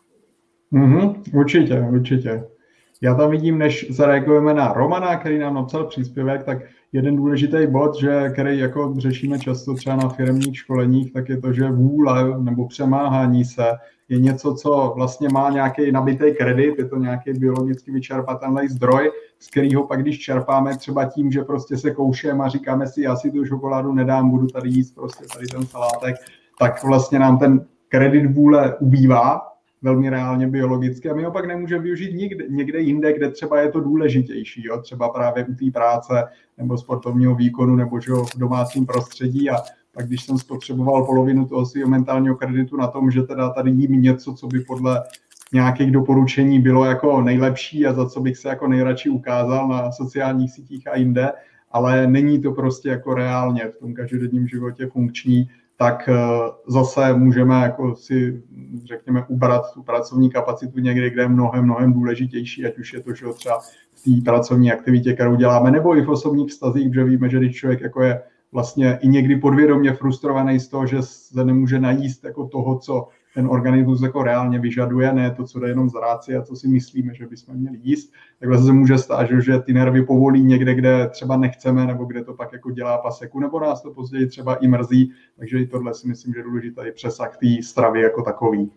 Určitě. Já tam vidím, než zareagujeme na Romana, který nám napsal příspěvek, tak jeden důležitý bod, který jako řešíme často třeba na firemních školeních, tak je to, že vůle nebo přemáhání se je něco, co vlastně má nějaký nabitý kredit, je to nějaký biologicky vyčerpatelný zdroj, z kterého pak, když čerpáme třeba tím, že prostě se koušeme a říkáme si, já si tu čokoládu nedám, budu tady jíst prostě tady ten salátek, tak vlastně nám ten kredit vůle ubývá, velmi reálně biologicky a my ho pak nemůžeme využít někde jinde, kde třeba je to důležitější, jo? Třeba právě u té práce nebo sportovního výkonu nebo že v domácím prostředí a pak když jsem spotřeboval polovinu toho svého mentálního kreditu na tom, že teda tady jím něco, co by podle nějakých doporučení bylo jako nejlepší a za co bych se jako nejradši ukázal na sociálních sítích a jinde, ale není to prostě jako reálně v tom každodenním životě funkční, tak zase můžeme jako si, řekněme, ubrat tu pracovní kapacitu někde, kde je mnohem důležitější, ať už je to, že třeba v té pracovní aktivitě, kterou děláme, nebo i v osobních vztazích, protože víme, že když člověk jako je vlastně i někdy podvědomě frustrovaný z toho, že se nemůže najíst jako toho, co ten organismus jako reálně vyžaduje, ne to, co jde jenom z ráci a co si myslíme, že bychom měli jíst, tak vlastně se může stát, že ty nervy povolí někde, kde třeba nechceme, nebo kde to pak jako dělá paseku, nebo nás to později třeba i mrzí, takže i tohle si myslím, že je důležitý přesah té stravy jako takový.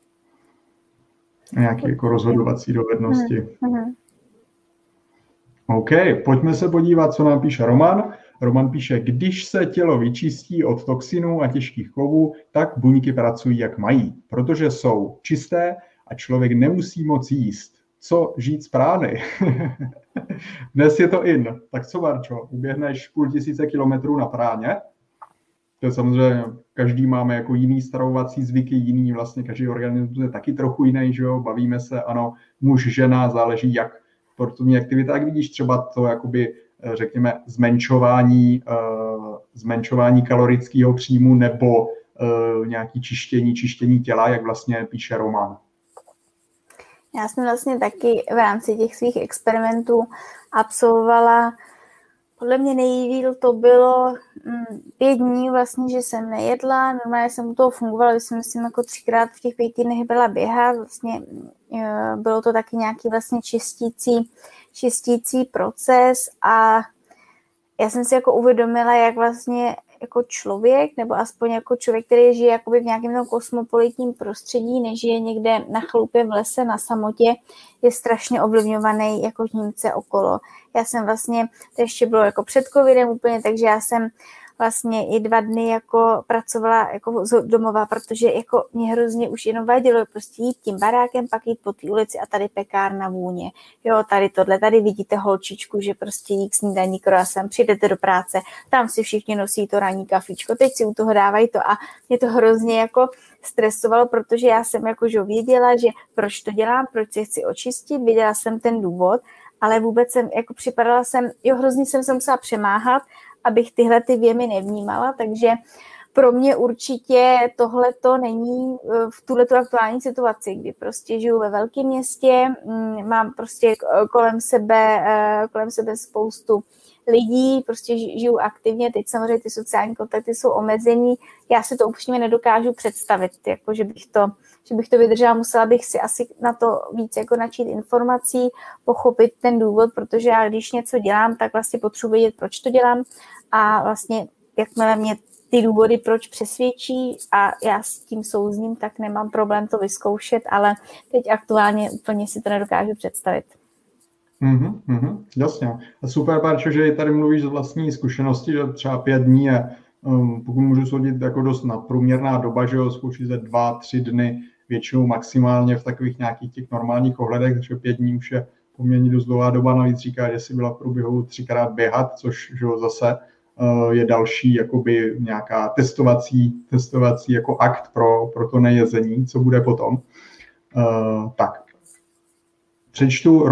Nějaké jako rozhodovací dovednosti. OK, pojďme se podívat, co nám píše Roman. Roman píše, když se tělo vyčistí od toxinů a těžkých kovů, tak buňky pracují jak mají, protože jsou čisté a člověk nemusí moc jíst. Co žít z prány? Dnes je to in. Tak co, Barčo, uběhneš 500 kilometrů na práně? To je samozřejmě, každý máme jako jiný stravovací zvyky, jiný vlastně, každý organismus je taky trochu jiný, že jo, bavíme se, ano, muž, žena, záleží jak sportovní aktivita, jak vidíš třeba to jakoby řekněme, zmenšování kalorického příjmu nebo nějaké čištění těla, jak vlastně píše Roman. Já jsem vlastně taky v rámci těch svých experimentů absolvovala, podle mě nejdýl to bylo 5 dní vlastně, že jsem nejedla, normálně jsem u toho fungovala, že jsem myslím jako 3krát v těch 5 týdnech byla běhat, vlastně bylo to taky nějaký vlastně čistící proces a já jsem si jako uvědomila, jak vlastně jako člověk, nebo aspoň jako člověk, který žije jakoby v nějakém tom kosmopolitním prostředí, nežije někde na chalupě v lese, na samotě, je strašně ovlivňovaný jako Němce okolo. Já jsem vlastně, to ještě bylo jako před covidem úplně, takže já jsem vlastně i 2 dny jako pracovala jako z domova, protože jako mě hrozně už jenom vadilo prostě jít tím barákem, pak jít po té ulici a tady pekárna vůně. Jo, tady tohle, tady vidíte holčičku, že prostě jí k snídaní croissant, přijdete do práce, tam si všichni nosí to ranní kafičko, teď si u toho dávají to a mě to hrozně jako stresovalo, protože já jsem jakože věděla, že proč to dělám, proč se chci očistit, věděla jsem ten důvod, ale vůbec jsem, jako připadala jsem, hrozně jsem se musela přemáhat, abych tyhle ty věmy nevnímala, takže pro mě určitě tohleto není v tuhletu aktuální situaci, kdy prostě žiju ve velkém městě, mám prostě kolem sebe spoustu lidí, prostě žiju aktivně, teď samozřejmě ty sociální kontakty jsou omezení, já si to upřímně nedokážu představit, jako že bych to vydržela, musela bych si asi na to víc jako načít informací, pochopit ten důvod, protože já když něco dělám, tak vlastně potřebuji vědět, proč to dělám a vlastně jakmile mě ty důvody, proč přesvědčí a já s tím souzním, tak nemám problém to vyzkoušet, ale teď aktuálně úplně si to nedokážu představit. Jasně. A super, Barčo, že tady mluvíš z vlastní zkušenosti, že třeba 5 dní je, pokud můžu soudit, jako dost nadprůměrná doba, že jo, zkouší se 2-3 dny, většinou maximálně v takových nějakých těch normálních ohledech, takže 5 dní už je poměrně dost dlouhá doba, navíc říká, že si byla v průběhu 3krát běhat, což že jo, zase je další jakoby nějaká testovací jako akt pro to nejezení, co bude potom. Tak. Přečtu,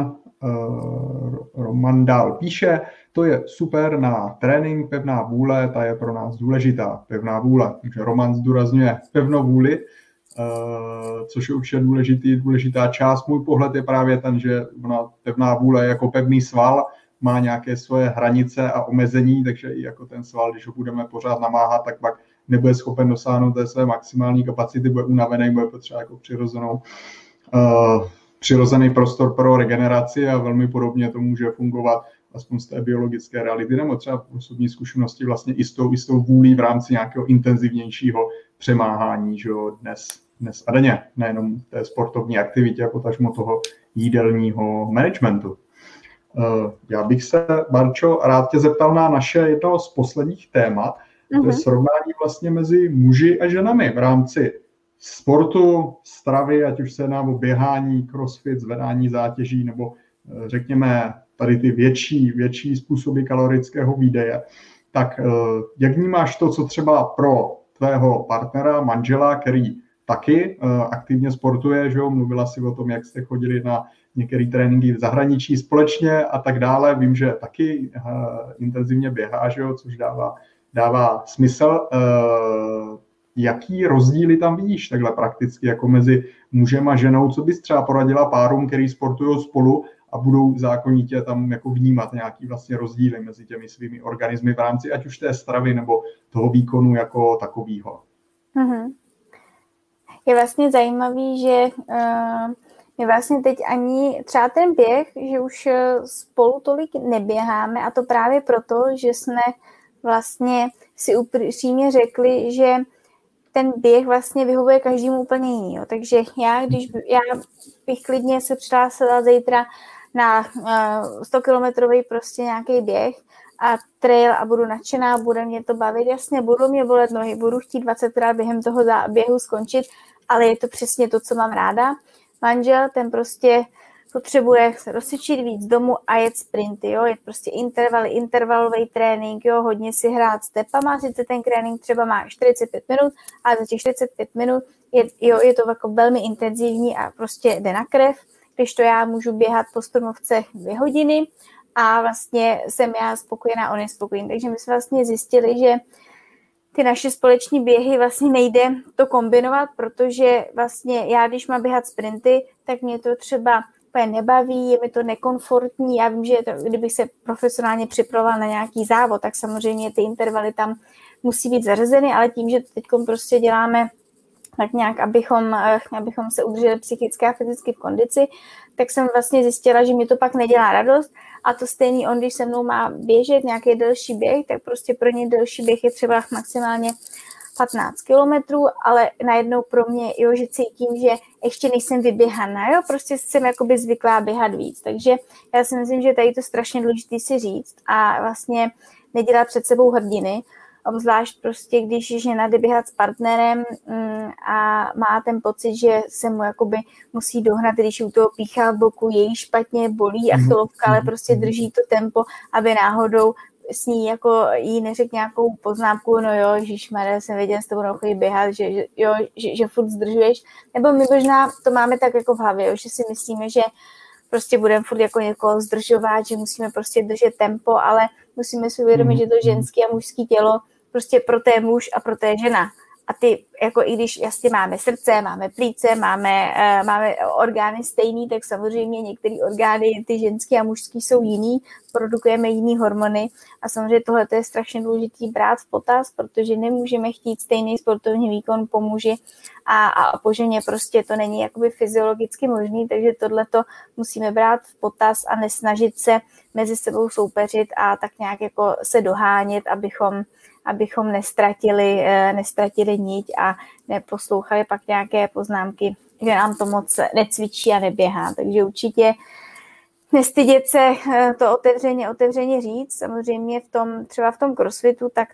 Roman dál píše, to je super na trénink, pevná vůle, ta je pro nás důležitá, pevná vůle. Takže Roman zdůrazňuje pevnou vůli, což je určitě důležitá část. Můj pohled je právě ten, že pevná vůle jako pevný sval má nějaké svoje hranice a omezení, takže i jako ten sval, když ho budeme pořád namáhat, tak pak nebude schopen dosáhnout té své maximální kapacity, bude unavený, bude potřeba jako přirozený prostor pro regeneraci a velmi podobně to může fungovat aspoň z té biologické reality, nebo třeba osobní zkušenosti vlastně i s tou vůlí v rámci nějakého intenzivnějšího přemáhání, že jo, dnes a denně, nejenom té sportovní aktivitě, potažmo toho jídelního managementu. Já bych se, Barčo, rád tě zeptal na naše jedno z posledních témat, to je srovnání vlastně mezi muži a ženami v rámci sportu, stravy, ať už se jedná o běhání, crossfit, zvedání zátěží, nebo řekněme tady ty větší způsoby kalorického výdeje. Tak jak vnímáš to, co třeba pro tvého partnera, manžela, který taky aktivně sportuje, že jo? Mluvila si o tom, jak jste chodili na některé tréninky v zahraničí společně a tak dále. Vím, že taky intenzivně běhá, že jo? Což dává smysl. Jaký rozdíly tam vidíš takhle prakticky jako mezi mužem a ženou? Co bys třeba poradila párům, který sportují spolu a budou zákonitě tam jako vnímat nějaký vlastně rozdíly mezi těmi svými organismy v rámci ať už té stravy nebo toho výkonu jako takového? Je vlastně zajímavý, že my vlastně teď ani třeba ten běh, že už spolu tolik neběháme a to právě proto, že jsme vlastně si upřímně řekli, že ten běh vlastně vyhovuje každému úplně jiný. Jo. Takže já bych klidně se přihlásila zítra na 100-kilometrový prostě nějaký běh a trail a budu nadšená, bude mě to bavit, jasně, budou mě bolet nohy, budu chtít 20krát během toho běhu skončit, ale je to přesně to, co mám ráda. Manžel, ten prostě potřebuje se rozcvičit víc domů a jet sprinty, jo, jet prostě intervalový trénink, jo, hodně si hrát s tepama, sice ten trénink třeba má 45 minut, ale za těch 45 minut je to jako velmi intenzivní a prostě jde na krev, když to já můžu běhat po Stromovce 2 hodiny a vlastně jsem já spokojená, on je spokojený. Takže my jsme vlastně zjistili, že ty naše společní běhy vlastně nejde to kombinovat, protože vlastně já, když mám běhat sprinty, tak mě to třeba úplně nebaví, je mi to nekomfortní. Já vím, že kdybych se profesionálně připravovala na nějaký závod, tak samozřejmě ty intervaly tam musí být zařazeny, ale tím, že teď prostě děláme tak nějak, abychom se udrželi psychicky a fyzicky v kondici, tak jsem vlastně zjistila, že mi to pak nedělá radost a to stejný on, když se mnou má běžet nějaký delší běh, tak prostě pro ně delší běh je třeba maximálně 15 kilometrů, ale najednou pro mě, jo, že cítím, že ještě nejsem vyběhaná, jo, prostě jsem jakoby zvyklá běhat víc, takže já si myslím, že tady to strašně důležité si říct a vlastně nedělat před sebou hrdiny, obzvlášť prostě, když žena jde běhat s partnerem a má ten pocit, že se mu jakoby musí dohnat, když u toho píchá v boku, její špatně bolí achilovka, ale prostě drží to tempo, aby náhodou s ní jako jí neřekl nějakou poznámku, no jo, ježišmarja, jsem věděla, s tebou nechodí běhat, že furt zdržuješ, nebo my možná to máme tak jako v hlavě, jo, že si myslíme, že prostě budeme furt jako někoho zdržovat, že musíme prostě držet tempo, ale musíme si uvědomit, že to ženské a mužské tělo prostě pro té muž a pro té žena. A ty jako i když jasně máme srdce, máme plíce, máme orgány stejný, tak samozřejmě některé orgány, ty ženské a mužské jsou jiný, produkujeme jiný hormony a samozřejmě tohle je strašně důležitý brát v potaz, protože nemůžeme chtít stejný sportovní výkon po muži a po ženě, prostě to není jakoby fyziologicky možný, takže tohleto musíme brát v potaz a nesnažit se mezi sebou soupeřit a tak nějak jako se dohánět, abychom nestratili niť a neposlouchali pak nějaké poznámky, že nám to moc necvičí a neběhá. Takže určitě nestydět se to otevřeně říct. Samozřejmě třeba v tom crossfitu, tak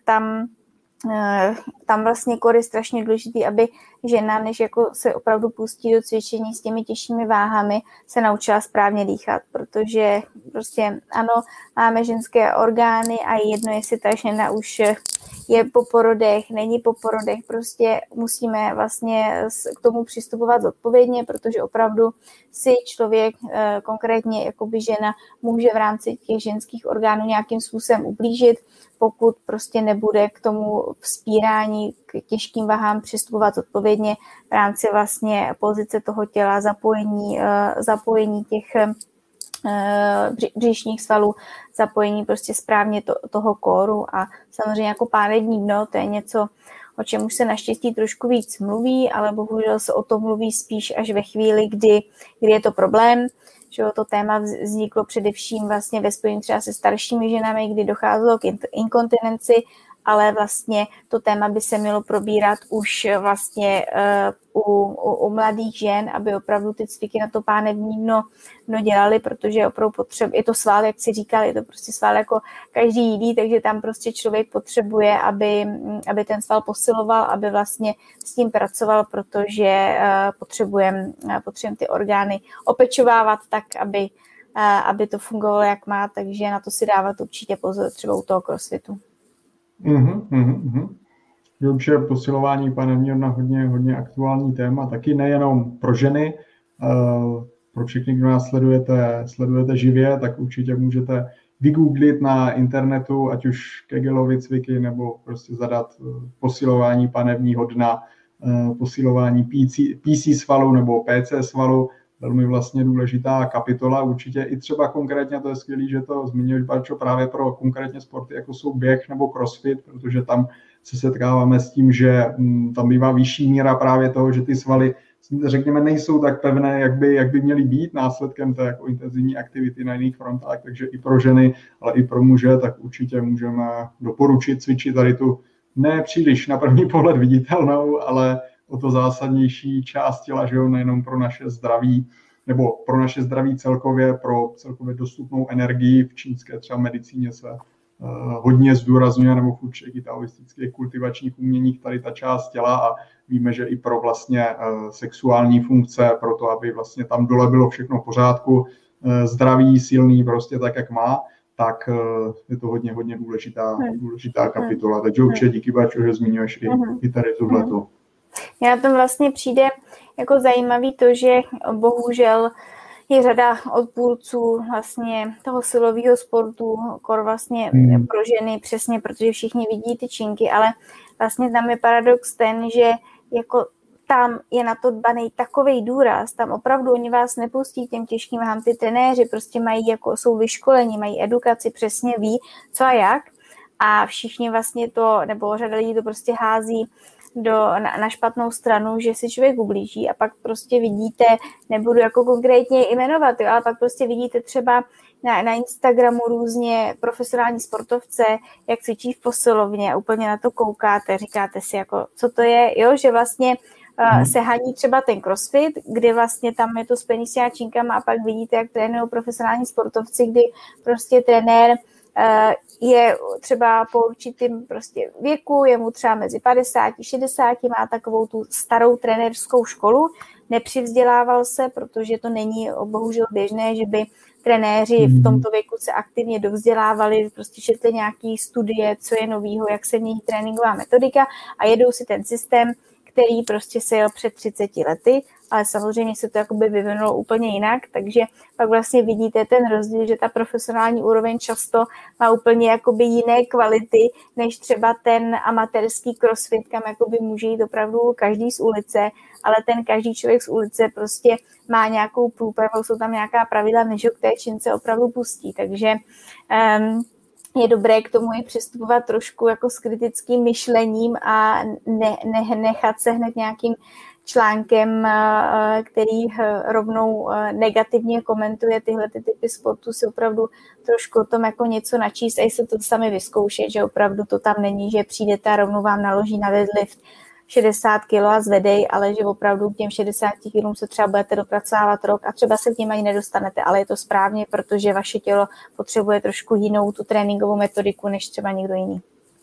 tam vlastně je strašně důležitý, aby žena, než jako se opravdu pustí do cvičení s těmi těžšími váhami, se naučila správně dýchat, protože prostě ano, máme ženské orgány a jedno, jestli ta žena už je po porodech, není po porodech, prostě musíme vlastně k tomu přistupovat zodpovědně, protože opravdu si člověk, konkrétně jakoby žena, může v rámci těch ženských orgánů nějakým způsobem ublížit, pokud prostě nebude k tomu vzpírání, k těžkým vahám přistupovat zodpovědně v rámci vlastně pozice toho těla, zapojení těch břišních svalů, zapojení prostě správně toho kóru a samozřejmě jako pánevní dno, to je něco, o čem už se naštěstí trošku víc mluví, ale bohužel se o tom mluví spíš až ve chvíli, kdy je to problém, že to téma vzniklo především vlastně ve spojení třeba se staršími ženami, kdy docházelo k inkontinenci, ale vlastně to téma by se mělo probírat už vlastně u mladých žen, aby opravdu ty cviky na to pánevní dno dělali, protože opravdu je to sval, jak si říkal, je to prostě sval jako každý jiný, takže tam prostě člověk potřebuje, aby ten sval posiloval, aby vlastně s tím pracoval, protože potřebujeme ty orgány opečovávat tak, aby to fungovalo, jak má, takže na to si dávat určitě pozor třeba u toho crossfitu. Je určitě posilování pánevního dna hodně aktuální téma, taky nejenom pro ženy, pro všechny, kdo nás sledujete živě, tak určitě můžete vygooglit na internetu, ať už Kegelovy cviky, nebo prostě zadat posilování pánevního dna, posilování PC svalu nebo PC svalu, velmi vlastně důležitá kapitola, určitě i třeba konkrétně, to je skvělý, že to zmiňuješ, Barčo, právě pro konkrétně sporty, jako jsou běh nebo crossfit, protože tam se setkáváme s tím, že tam bývá vyšší míra právě toho, že ty svaly, řekněme, nejsou tak pevné, jak by měly být následkem té jako intenzivní aktivity na jiných frontách, takže i pro ženy, ale i pro muže, tak určitě můžeme doporučit cvičit tady tu ne příliš na první pohled viditelnou, ale o to zásadnější část těla, že jo, nejenom pro naše zdraví, nebo pro naše zdraví celkově, pro celkově dostupnou energii. V čínské třeba medicíně se hodně zdůrazňuje, nebo v určitých taoistických kultivačních uměních tady ta část těla a víme, že i pro vlastně sexuální funkce, pro to, aby vlastně tam dole bylo všechno v pořádku, zdravý, silný, prostě tak, jak má, tak je to hodně důležitá kapitola. Takže určitě díky, Bačo, že zmiňuješ i tady tohleto. Já na tom vlastně přijde jako zajímavý to, že bohužel je řada odpůrců vlastně toho silového sportu, vlastně pro ženy, přesně, protože všichni vidí ty činky, ale vlastně tam je paradox ten, že jako tam je na to dbaný takovej důraz, tam opravdu oni vás nepustí těm těžkým váhám, ty trenéři prostě mají, jako jsou vyškolení, mají edukaci, přesně ví, co a jak a všichni vlastně to, nebo řada lidí to prostě hází na špatnou stranu, že si člověk ublíží a pak prostě vidíte, nebudu jako konkrétně jmenovat, ale pak prostě vidíte třeba na Instagramu různě profesionální sportovce, jak cvičí v posilovně a úplně na to koukáte, říkáte si jako, co to je, jo, že vlastně se haní třeba ten crossfit, kdy vlastně tam je to spojený s těma činkama a pak vidíte, jak trénují profesionální sportovci, kdy prostě trenér je třeba po určitým prostě věku, je mu třeba mezi 50 a 60, má takovou tu starou trenérskou školu, nepřivzdělával se, protože to není bohužel běžné, že by trenéři v tomto věku se aktivně dovzdělávali, prostě četli nějaký studie, co je novýho, jak se mění tréninková metodika a jedou si ten systém, který prostě se jel před 30 lety ale samozřejmě se to jakoby vyvinulo úplně jinak, takže pak vlastně vidíte ten rozdíl, že ta profesionální úroveň často má úplně jakoby jiné kvality, než třeba ten amatérský crossfit, kam jakoby může jít opravdu každý z ulice, ale ten každý člověk z ulice prostě má nějakou průpravu, jsou tam nějaká pravidla, než ho k té čince opravdu pustí, takže je dobré k tomu i přistupovat trošku jako s kritickým myšlením a nechat se hned nějakým článkem, který rovnou negativně komentuje tyhle typy sportu, si opravdu trošku o tom jako něco načíst a i se to sami vyzkoušet, že opravdu to tam není, že přijdete a rovnou vám naloží na deadlift 60 kg a zvedej, ale že opravdu k těm 60 kg se třeba budete dopracovávat rok a třeba se k něm ani nedostanete, ale je to správně, protože vaše tělo potřebuje trošku jinou tu tréninkovou metodiku, než třeba někdo jiný.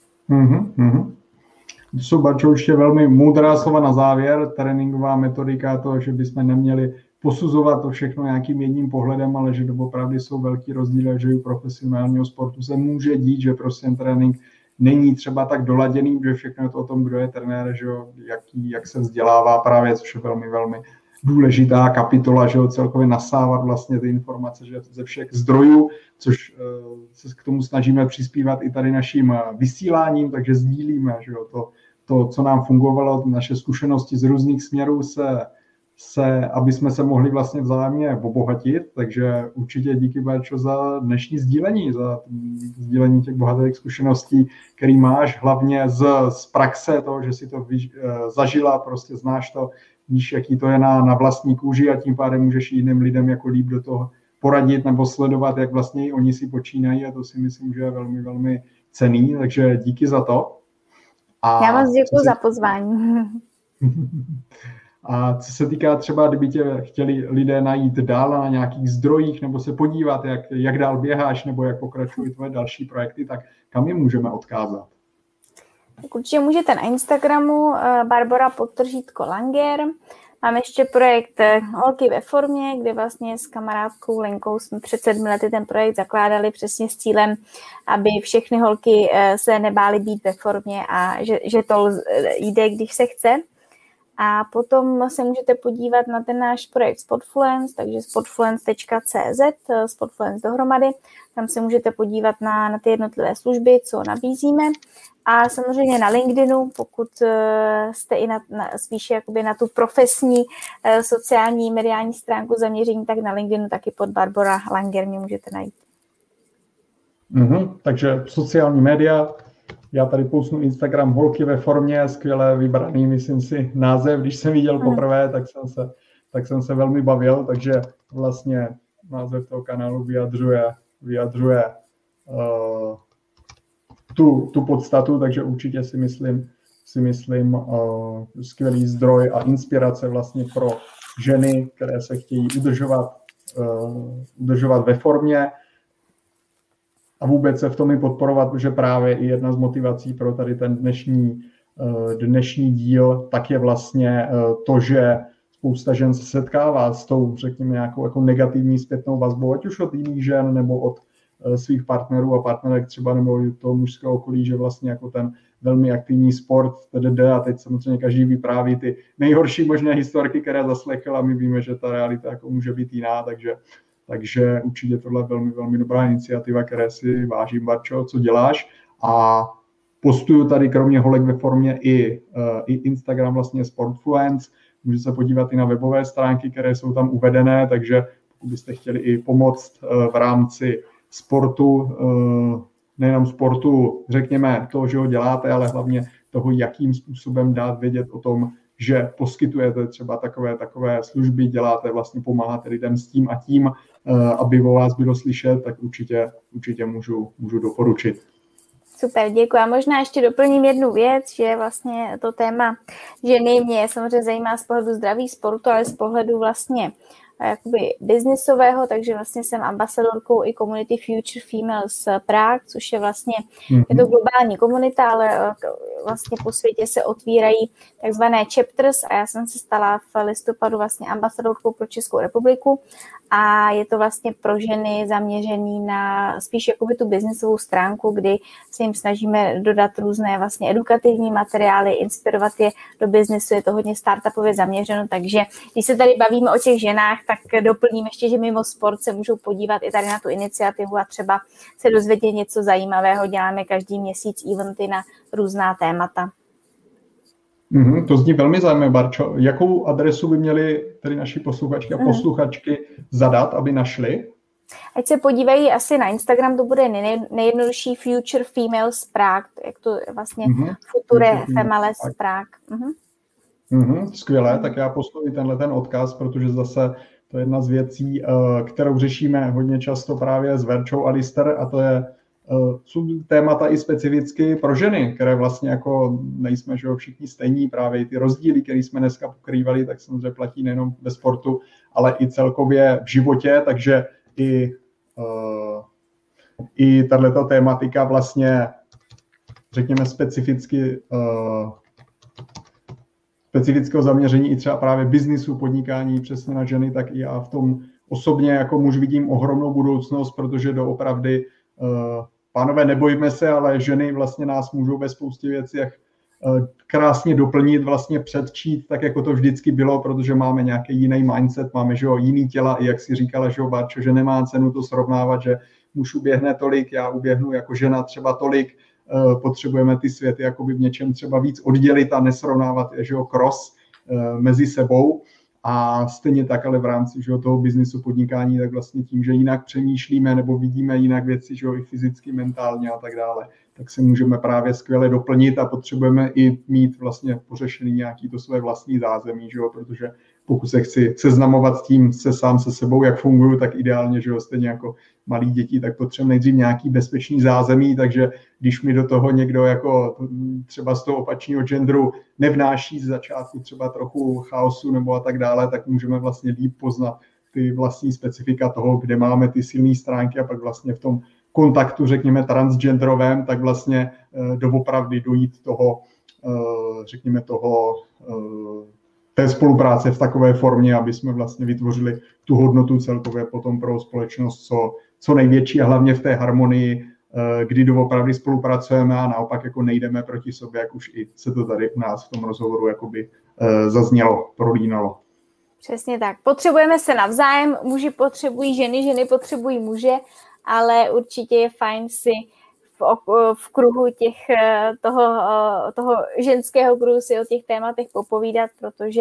To jsou, Barčo, ještě velmi moudrá slova na závěr. Tréninková metodika, to, že bychom neměli posuzovat to všechno nějakým jedním pohledem, ale že opravdu jsou velký rozdíly a že u profesionálního sportu se může dít, že prostě ten trénink není třeba tak doladěný, že všechno je to o tom, kdo je trenér, že jo, jak se vzdělává právě, což je velmi, velmi důležitá kapitola, že jo, celkově nasávat vlastně ty informace, že ze všech zdrojů, což se k tomu snažíme přispívat i tady naším vysíláním, takže sdílíme, že jo, to, co nám fungovalo, naše zkušenosti z různých směrů aby jsme se mohli vlastně vzájemně obohatit, takže určitě díky, Barčo, za dnešní sdílení, za sdílení těch bohatých zkušeností, který máš, hlavně z praxe, toho, že si to zažila, prostě znáš to, víš, jaký to je na vlastní kůži a tím pádem můžeš jiným lidem jako líp do toho poradit nebo sledovat, jak vlastně oni si počínají a to si myslím, že je velmi, velmi cenný, takže díky za to. Já moc děkuji za pozvání. A co se týká třeba, kdyby tě chtěli lidé najít dál na nějakých zdrojích nebo se podívat, jak dál běháš nebo jak pokračují tvoje další projekty, tak kam je můžeme odkázat? Tak určitě můžete na Instagramu Barbora_Langer. Mám ještě projekt Holky ve formě, kde vlastně s kamarádkou Lenkou jsme před 7 lety ten projekt zakládali přesně s cílem, aby všechny holky se nebály být ve formě a že to jde, když se chce. A potom se můžete podívat na ten náš projekt Sportfluence, takže sportfluence.cz, Sportfluence dohromady. Tam se můžete podívat na ty jednotlivé služby, co nabízíme. A samozřejmě na LinkedInu, pokud jste i spíše jakoby na tu profesní sociální mediální stránku zaměření, tak na LinkedInu taky pod Barbora Langer mě můžete najít. Takže sociální média. Já tady pousnu Instagram Holky ve formě, skvěle vybraný, myslím si, název. Když jsem viděl poprvé, tak jsem se velmi bavil, takže vlastně název toho kanálu vyjadřuje tu podstatu, takže určitě si myslím skvělý zdroj a inspirace vlastně pro ženy, které se chtějí udržovat ve formě, a vůbec se v tom i podporovat, protože právě i jedna z motivací pro tady ten dnešní díl, tak je vlastně to, že spousta žen se setkává s tou, řekněme, nějakou jako negativní zpětnou vazbou, ať už od jiných žen, nebo od svých partnerů a partnerek třeba, nebo toho mužského okolí, že vlastně jako ten velmi aktivní sport, a teď samozřejmě každý vypráví ty nejhorší možné historky, které zaslechl a my víme, že ta realita jako může být jiná, takže určitě tohle je velmi, velmi dobrá iniciativa, které si vážím, Barčo, co děláš. A postuju tady kromě holek ve formě i Instagram vlastně Sportfluence. Můžete se podívat i na webové stránky, které jsou tam uvedené, takže pokud byste chtěli i pomoct v rámci sportu, nejenom sportu, řekněme toho, že ho děláte, ale hlavně toho, jakým způsobem dát vědět o tom, že poskytujete třeba takové služby, děláte, vlastně pomáháte lidem s tím a tím, aby o vás bylo slyšet, tak určitě můžu doporučit. Super, děkuji. A možná ještě doplním jednu věc, že vlastně to téma ženy mě samozřejmě zajímá z pohledu zdraví sportu, ale z pohledu vlastně jakoby biznisového, takže vlastně jsem ambasadorkou i Community Future Females Prague, což je vlastně, je to globální komunita, ale vlastně po světě se otvírají takzvané chapters a já jsem se stala v listopadu vlastně ambasadorkou pro Českou republiku a je to vlastně pro ženy zaměřený na spíš jakoby tu biznesovou stránku, kdy se jim snažíme dodat různé vlastně edukativní materiály, inspirovat je do biznesu, je to hodně startupově zaměřeno, takže když se tady bavíme o těch ženách, tak doplním ještě, že mimo sport se můžou podívat i tady na tu iniciativu a třeba se dozvědět něco zajímavého. Děláme každý měsíc eventy na různá témata. To zní velmi zajímavé, Barčo. Jakou adresu by měli tedy naši posluchačky a posluchačky zadat, aby našli? Ať se podívají asi na Instagram, to bude nejjednodušší Future Females Prague, jak to vlastně Future Females Prague. Skvělé, tak já pošlu ten odkaz, protože zase to je jedna z věcí, kterou řešíme hodně často právě s Verčou a Lister, a to jsou témata i specificky pro ženy, které vlastně jako nejsme, že jo, všichni stejní, právě ty rozdíly, které jsme dneska pokrývali, tak samozřejmě platí nejenom ve sportu, ale i celkově v životě, takže i tato tématika vlastně, řekněme, specifického zaměření i třeba právě biznisu, podnikání přesně na ženy, tak i já v tom osobně jako muž vidím ohromnou budoucnost, protože doopravdy pánové, nebojíme se, ale ženy vlastně nás můžou ve spoustě věcech krásně doplnit, vlastně předčít, tak jako to vždycky bylo, protože máme nějaký jiný mindset, máme, že jo, jiný těla, i jak si říkala, že jo, Barčo, že nemá cenu to srovnávat, že muž uběhne tolik, já uběhnu jako žena třeba tolik, potřebujeme ty světy jakoby v něčem třeba víc oddělit a nesrovnávat, že jo, cross mezi sebou. A stejně tak, ale v rámci, že jo, toho biznisu, podnikání, tak vlastně tím, že jinak přemýšlíme nebo vidíme jinak věci, že jo, i fyzicky, mentálně a tak dále, tak se můžeme právě skvěle doplnit a potřebujeme i mít vlastně pořešený nějaký to své vlastní zázemí, že jo, protože pokud se chci seznamovat s tím sám se sebou, jak funguju, tak ideálně, že jo, stejně jako malí děti, tak potřebujeme nejdřív nějaký bezpečný zázemí, takže když mi do toho někdo jako třeba z toho opačného genderu nevnáší z začátku třeba trochu chaosu nebo a tak dále, tak můžeme vlastně líp poznat ty vlastní specifika toho, kde máme ty silné stránky a pak vlastně v tom kontaktu, řekněme, transgenderovém, tak vlastně doopravdy dojít toho, řekněme, té spolupráce v takové formě, aby jsme vlastně vytvořili tu hodnotu celkově potom pro společnost co největší a hlavně v té harmonii, kdy doopravdy spolupracujeme a naopak jako nejdeme proti sobě, jak už i se to tady u nás v tom rozhovoru jakoby zaznělo, prolínalo. Přesně tak. Potřebujeme se navzájem, muži potřebují ženy, ženy potřebují muže, ale určitě je fajn si v kruhu toho ženského kruhu si o těch tématech popovídat, protože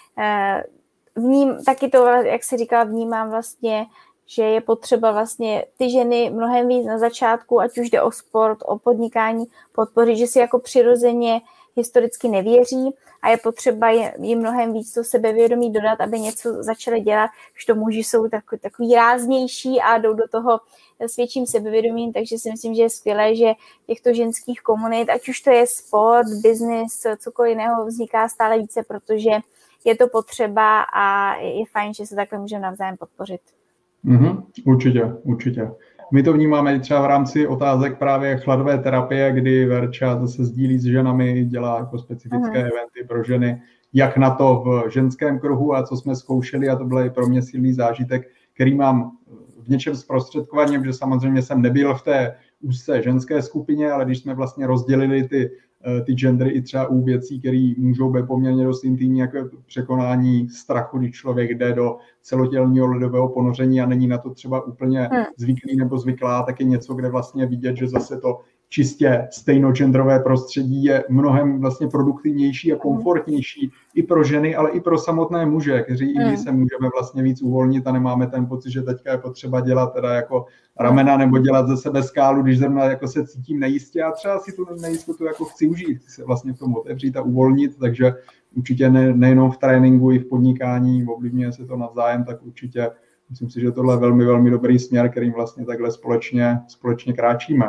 taky to, jak se říkala, vnímám vlastně, že je potřeba vlastně ty ženy mnohem víc na začátku, ať už jde o sport, o podnikání, podpořit, že si jako přirozeně historicky nevěří a je potřeba jim mnohem víc to sebevědomí dodat, aby něco začaly dělat, když to muži jsou takový ráznější a jdou do toho s větším sebevědomím, takže si myslím, že je skvělé, že těchto ženských komunit, ať už to je sport, business, cokoliv jiného, vzniká stále více, protože je to potřeba a je fajn, že se takhle můžeme navzájem podpořit. Určitě. My to vnímáme třeba v rámci otázek právě chladové terapie, kdy Verča zase sdílí s ženami, dělá jako specifické eventy pro ženy, jak na to v ženském kruhu a co jsme zkoušeli, a to byl i pro mě silný zážitek, který mám v něčem zprostředkovaně, protože samozřejmě jsem nebyl v té úzce ženské skupině, ale když jsme vlastně rozdělili ty gendery i třeba u věcí, které můžou být poměrně dost intimní, jako překonání strachu, když člověk jde do celotělního ledového ponoření a není na to třeba úplně zvyklý nebo zvyklá, tak je něco, kde vlastně vidět, že zase to čistě stejnogenderové prostředí je mnohem vlastně produktivnější a komfortnější i pro ženy, ale i pro samotné muže, kteří i se můžeme vlastně víc uvolnit a nemáme ten pocit, že teďka je potřeba dělat teda jako ramena nebo dělat ze sebe skálu, když zrovna jako se cítím nejistě a třeba si tu nejistotu jako chci užít, se vlastně v tom otevřít a uvolnit, takže určitě nejenom v tréninku, i v podnikání, ovlivňuje se to navzájem, tak určitě myslím si, že tohle je velmi, velmi dobrý směr, kterým vlastně takhle společně kráčíme.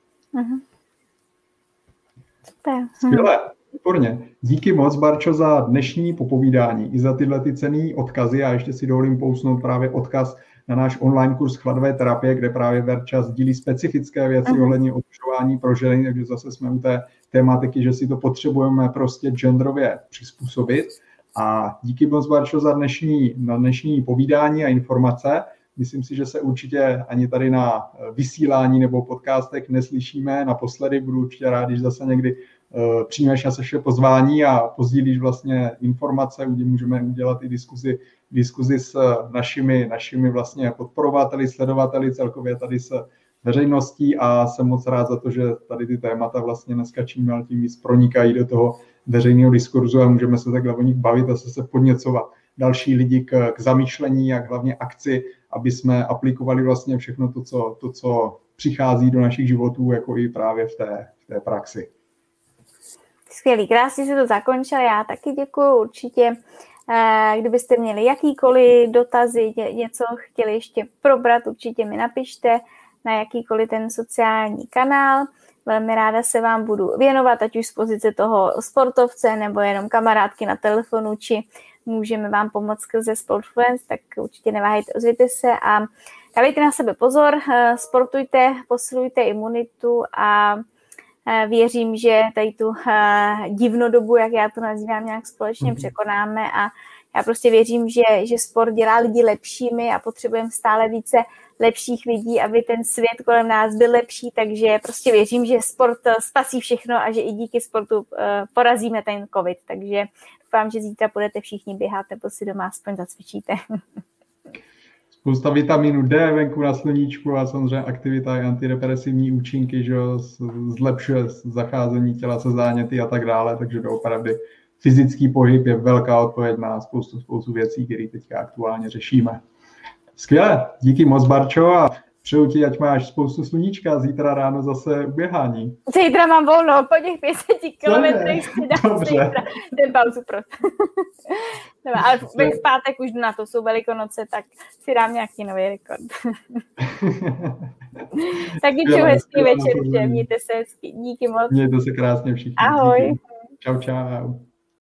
Skvěle, výborně. Díky moc, Barčo, za dnešní popovídání i za tyhle ty cenné odkazy a ještě si dovolím pousnout právě odkaz na náš online kurz chladové terapie, kde právě Verča sdílí specifické věci ohledně otužování pro ženy, takže zase jsme u té tematiky, že si to potřebujeme prostě genderově přizpůsobit. A díky moc, Barčo, za dnešní povídání a informace. Myslím si, že se určitě ani tady na vysílání nebo podcastech neslyšíme naposledy. Budu určitě rád, když zase někdy přijmeš na naše pozvání a pozdílíš vlastně informace, kde můžeme udělat i diskuzi s našimi vlastně podporovateli, sledovateli, celkově tady s veřejností, a jsem moc rád za to, že tady ty témata vlastně dneska čím dál tím víc pronikají do toho veřejného diskurzu a můžeme se takhle o nich bavit a se podněcovat další lidi k zamýšlení a hlavně akci, aby jsme aplikovali vlastně všechno to, co přichází do našich životů, jako i právě v té praxi. Skvělý, krásně se to zakončil, já taky děkuju, určitě. Kdybyste měli jakýkoliv dotazy, něco chtěli ještě probrat, určitě mi napište na jakýkoliv ten sociální kanál. Velmi ráda se vám budu věnovat, ať už z pozice toho sportovce nebo jenom kamarádky na telefonu, či můžeme vám pomoct skrze Sportfluence, tak určitě neváhejte, ozvěte se a dávejte na sebe pozor, sportujte, posilujte imunitu a věřím, že tady tu divnodobu, jak já to nazývám, nějak společně překonáme a já prostě věřím, že sport dělá lidi lepšími a potřebujeme stále více lepších lidí, aby ten svět kolem nás byl lepší, takže prostě věřím, že sport spasí všechno a že i díky sportu porazíme ten covid, takže doufám, že zítra budete všichni běhat nebo si doma aspoň zacvičíte. Spousta vitamínu D venku na sluníčku a samozřejmě aktivita i antidepresivní účinky, že zlepšuje zacházení těla se záněty a tak dále, takže doopravdy fyzický pohyb je velká odpověď na spoustu věcí, které teďka aktuálně řešíme. Skvěle, díky moc, Barčo, a přeju ti, ať máš spoustu sluníčka a zítra ráno zase uběhání. Zítra mám volno, po těch 500 kilometrech si dám zítra ten pauzu ale v pátek už na to jsou Velikonoce, tak si dám nějaký nový rekord. Taky přeju hezký večer, mějte se hezky, díky moc. Mějte se krásně všichni. Ahoj. Díky. Čau, čau.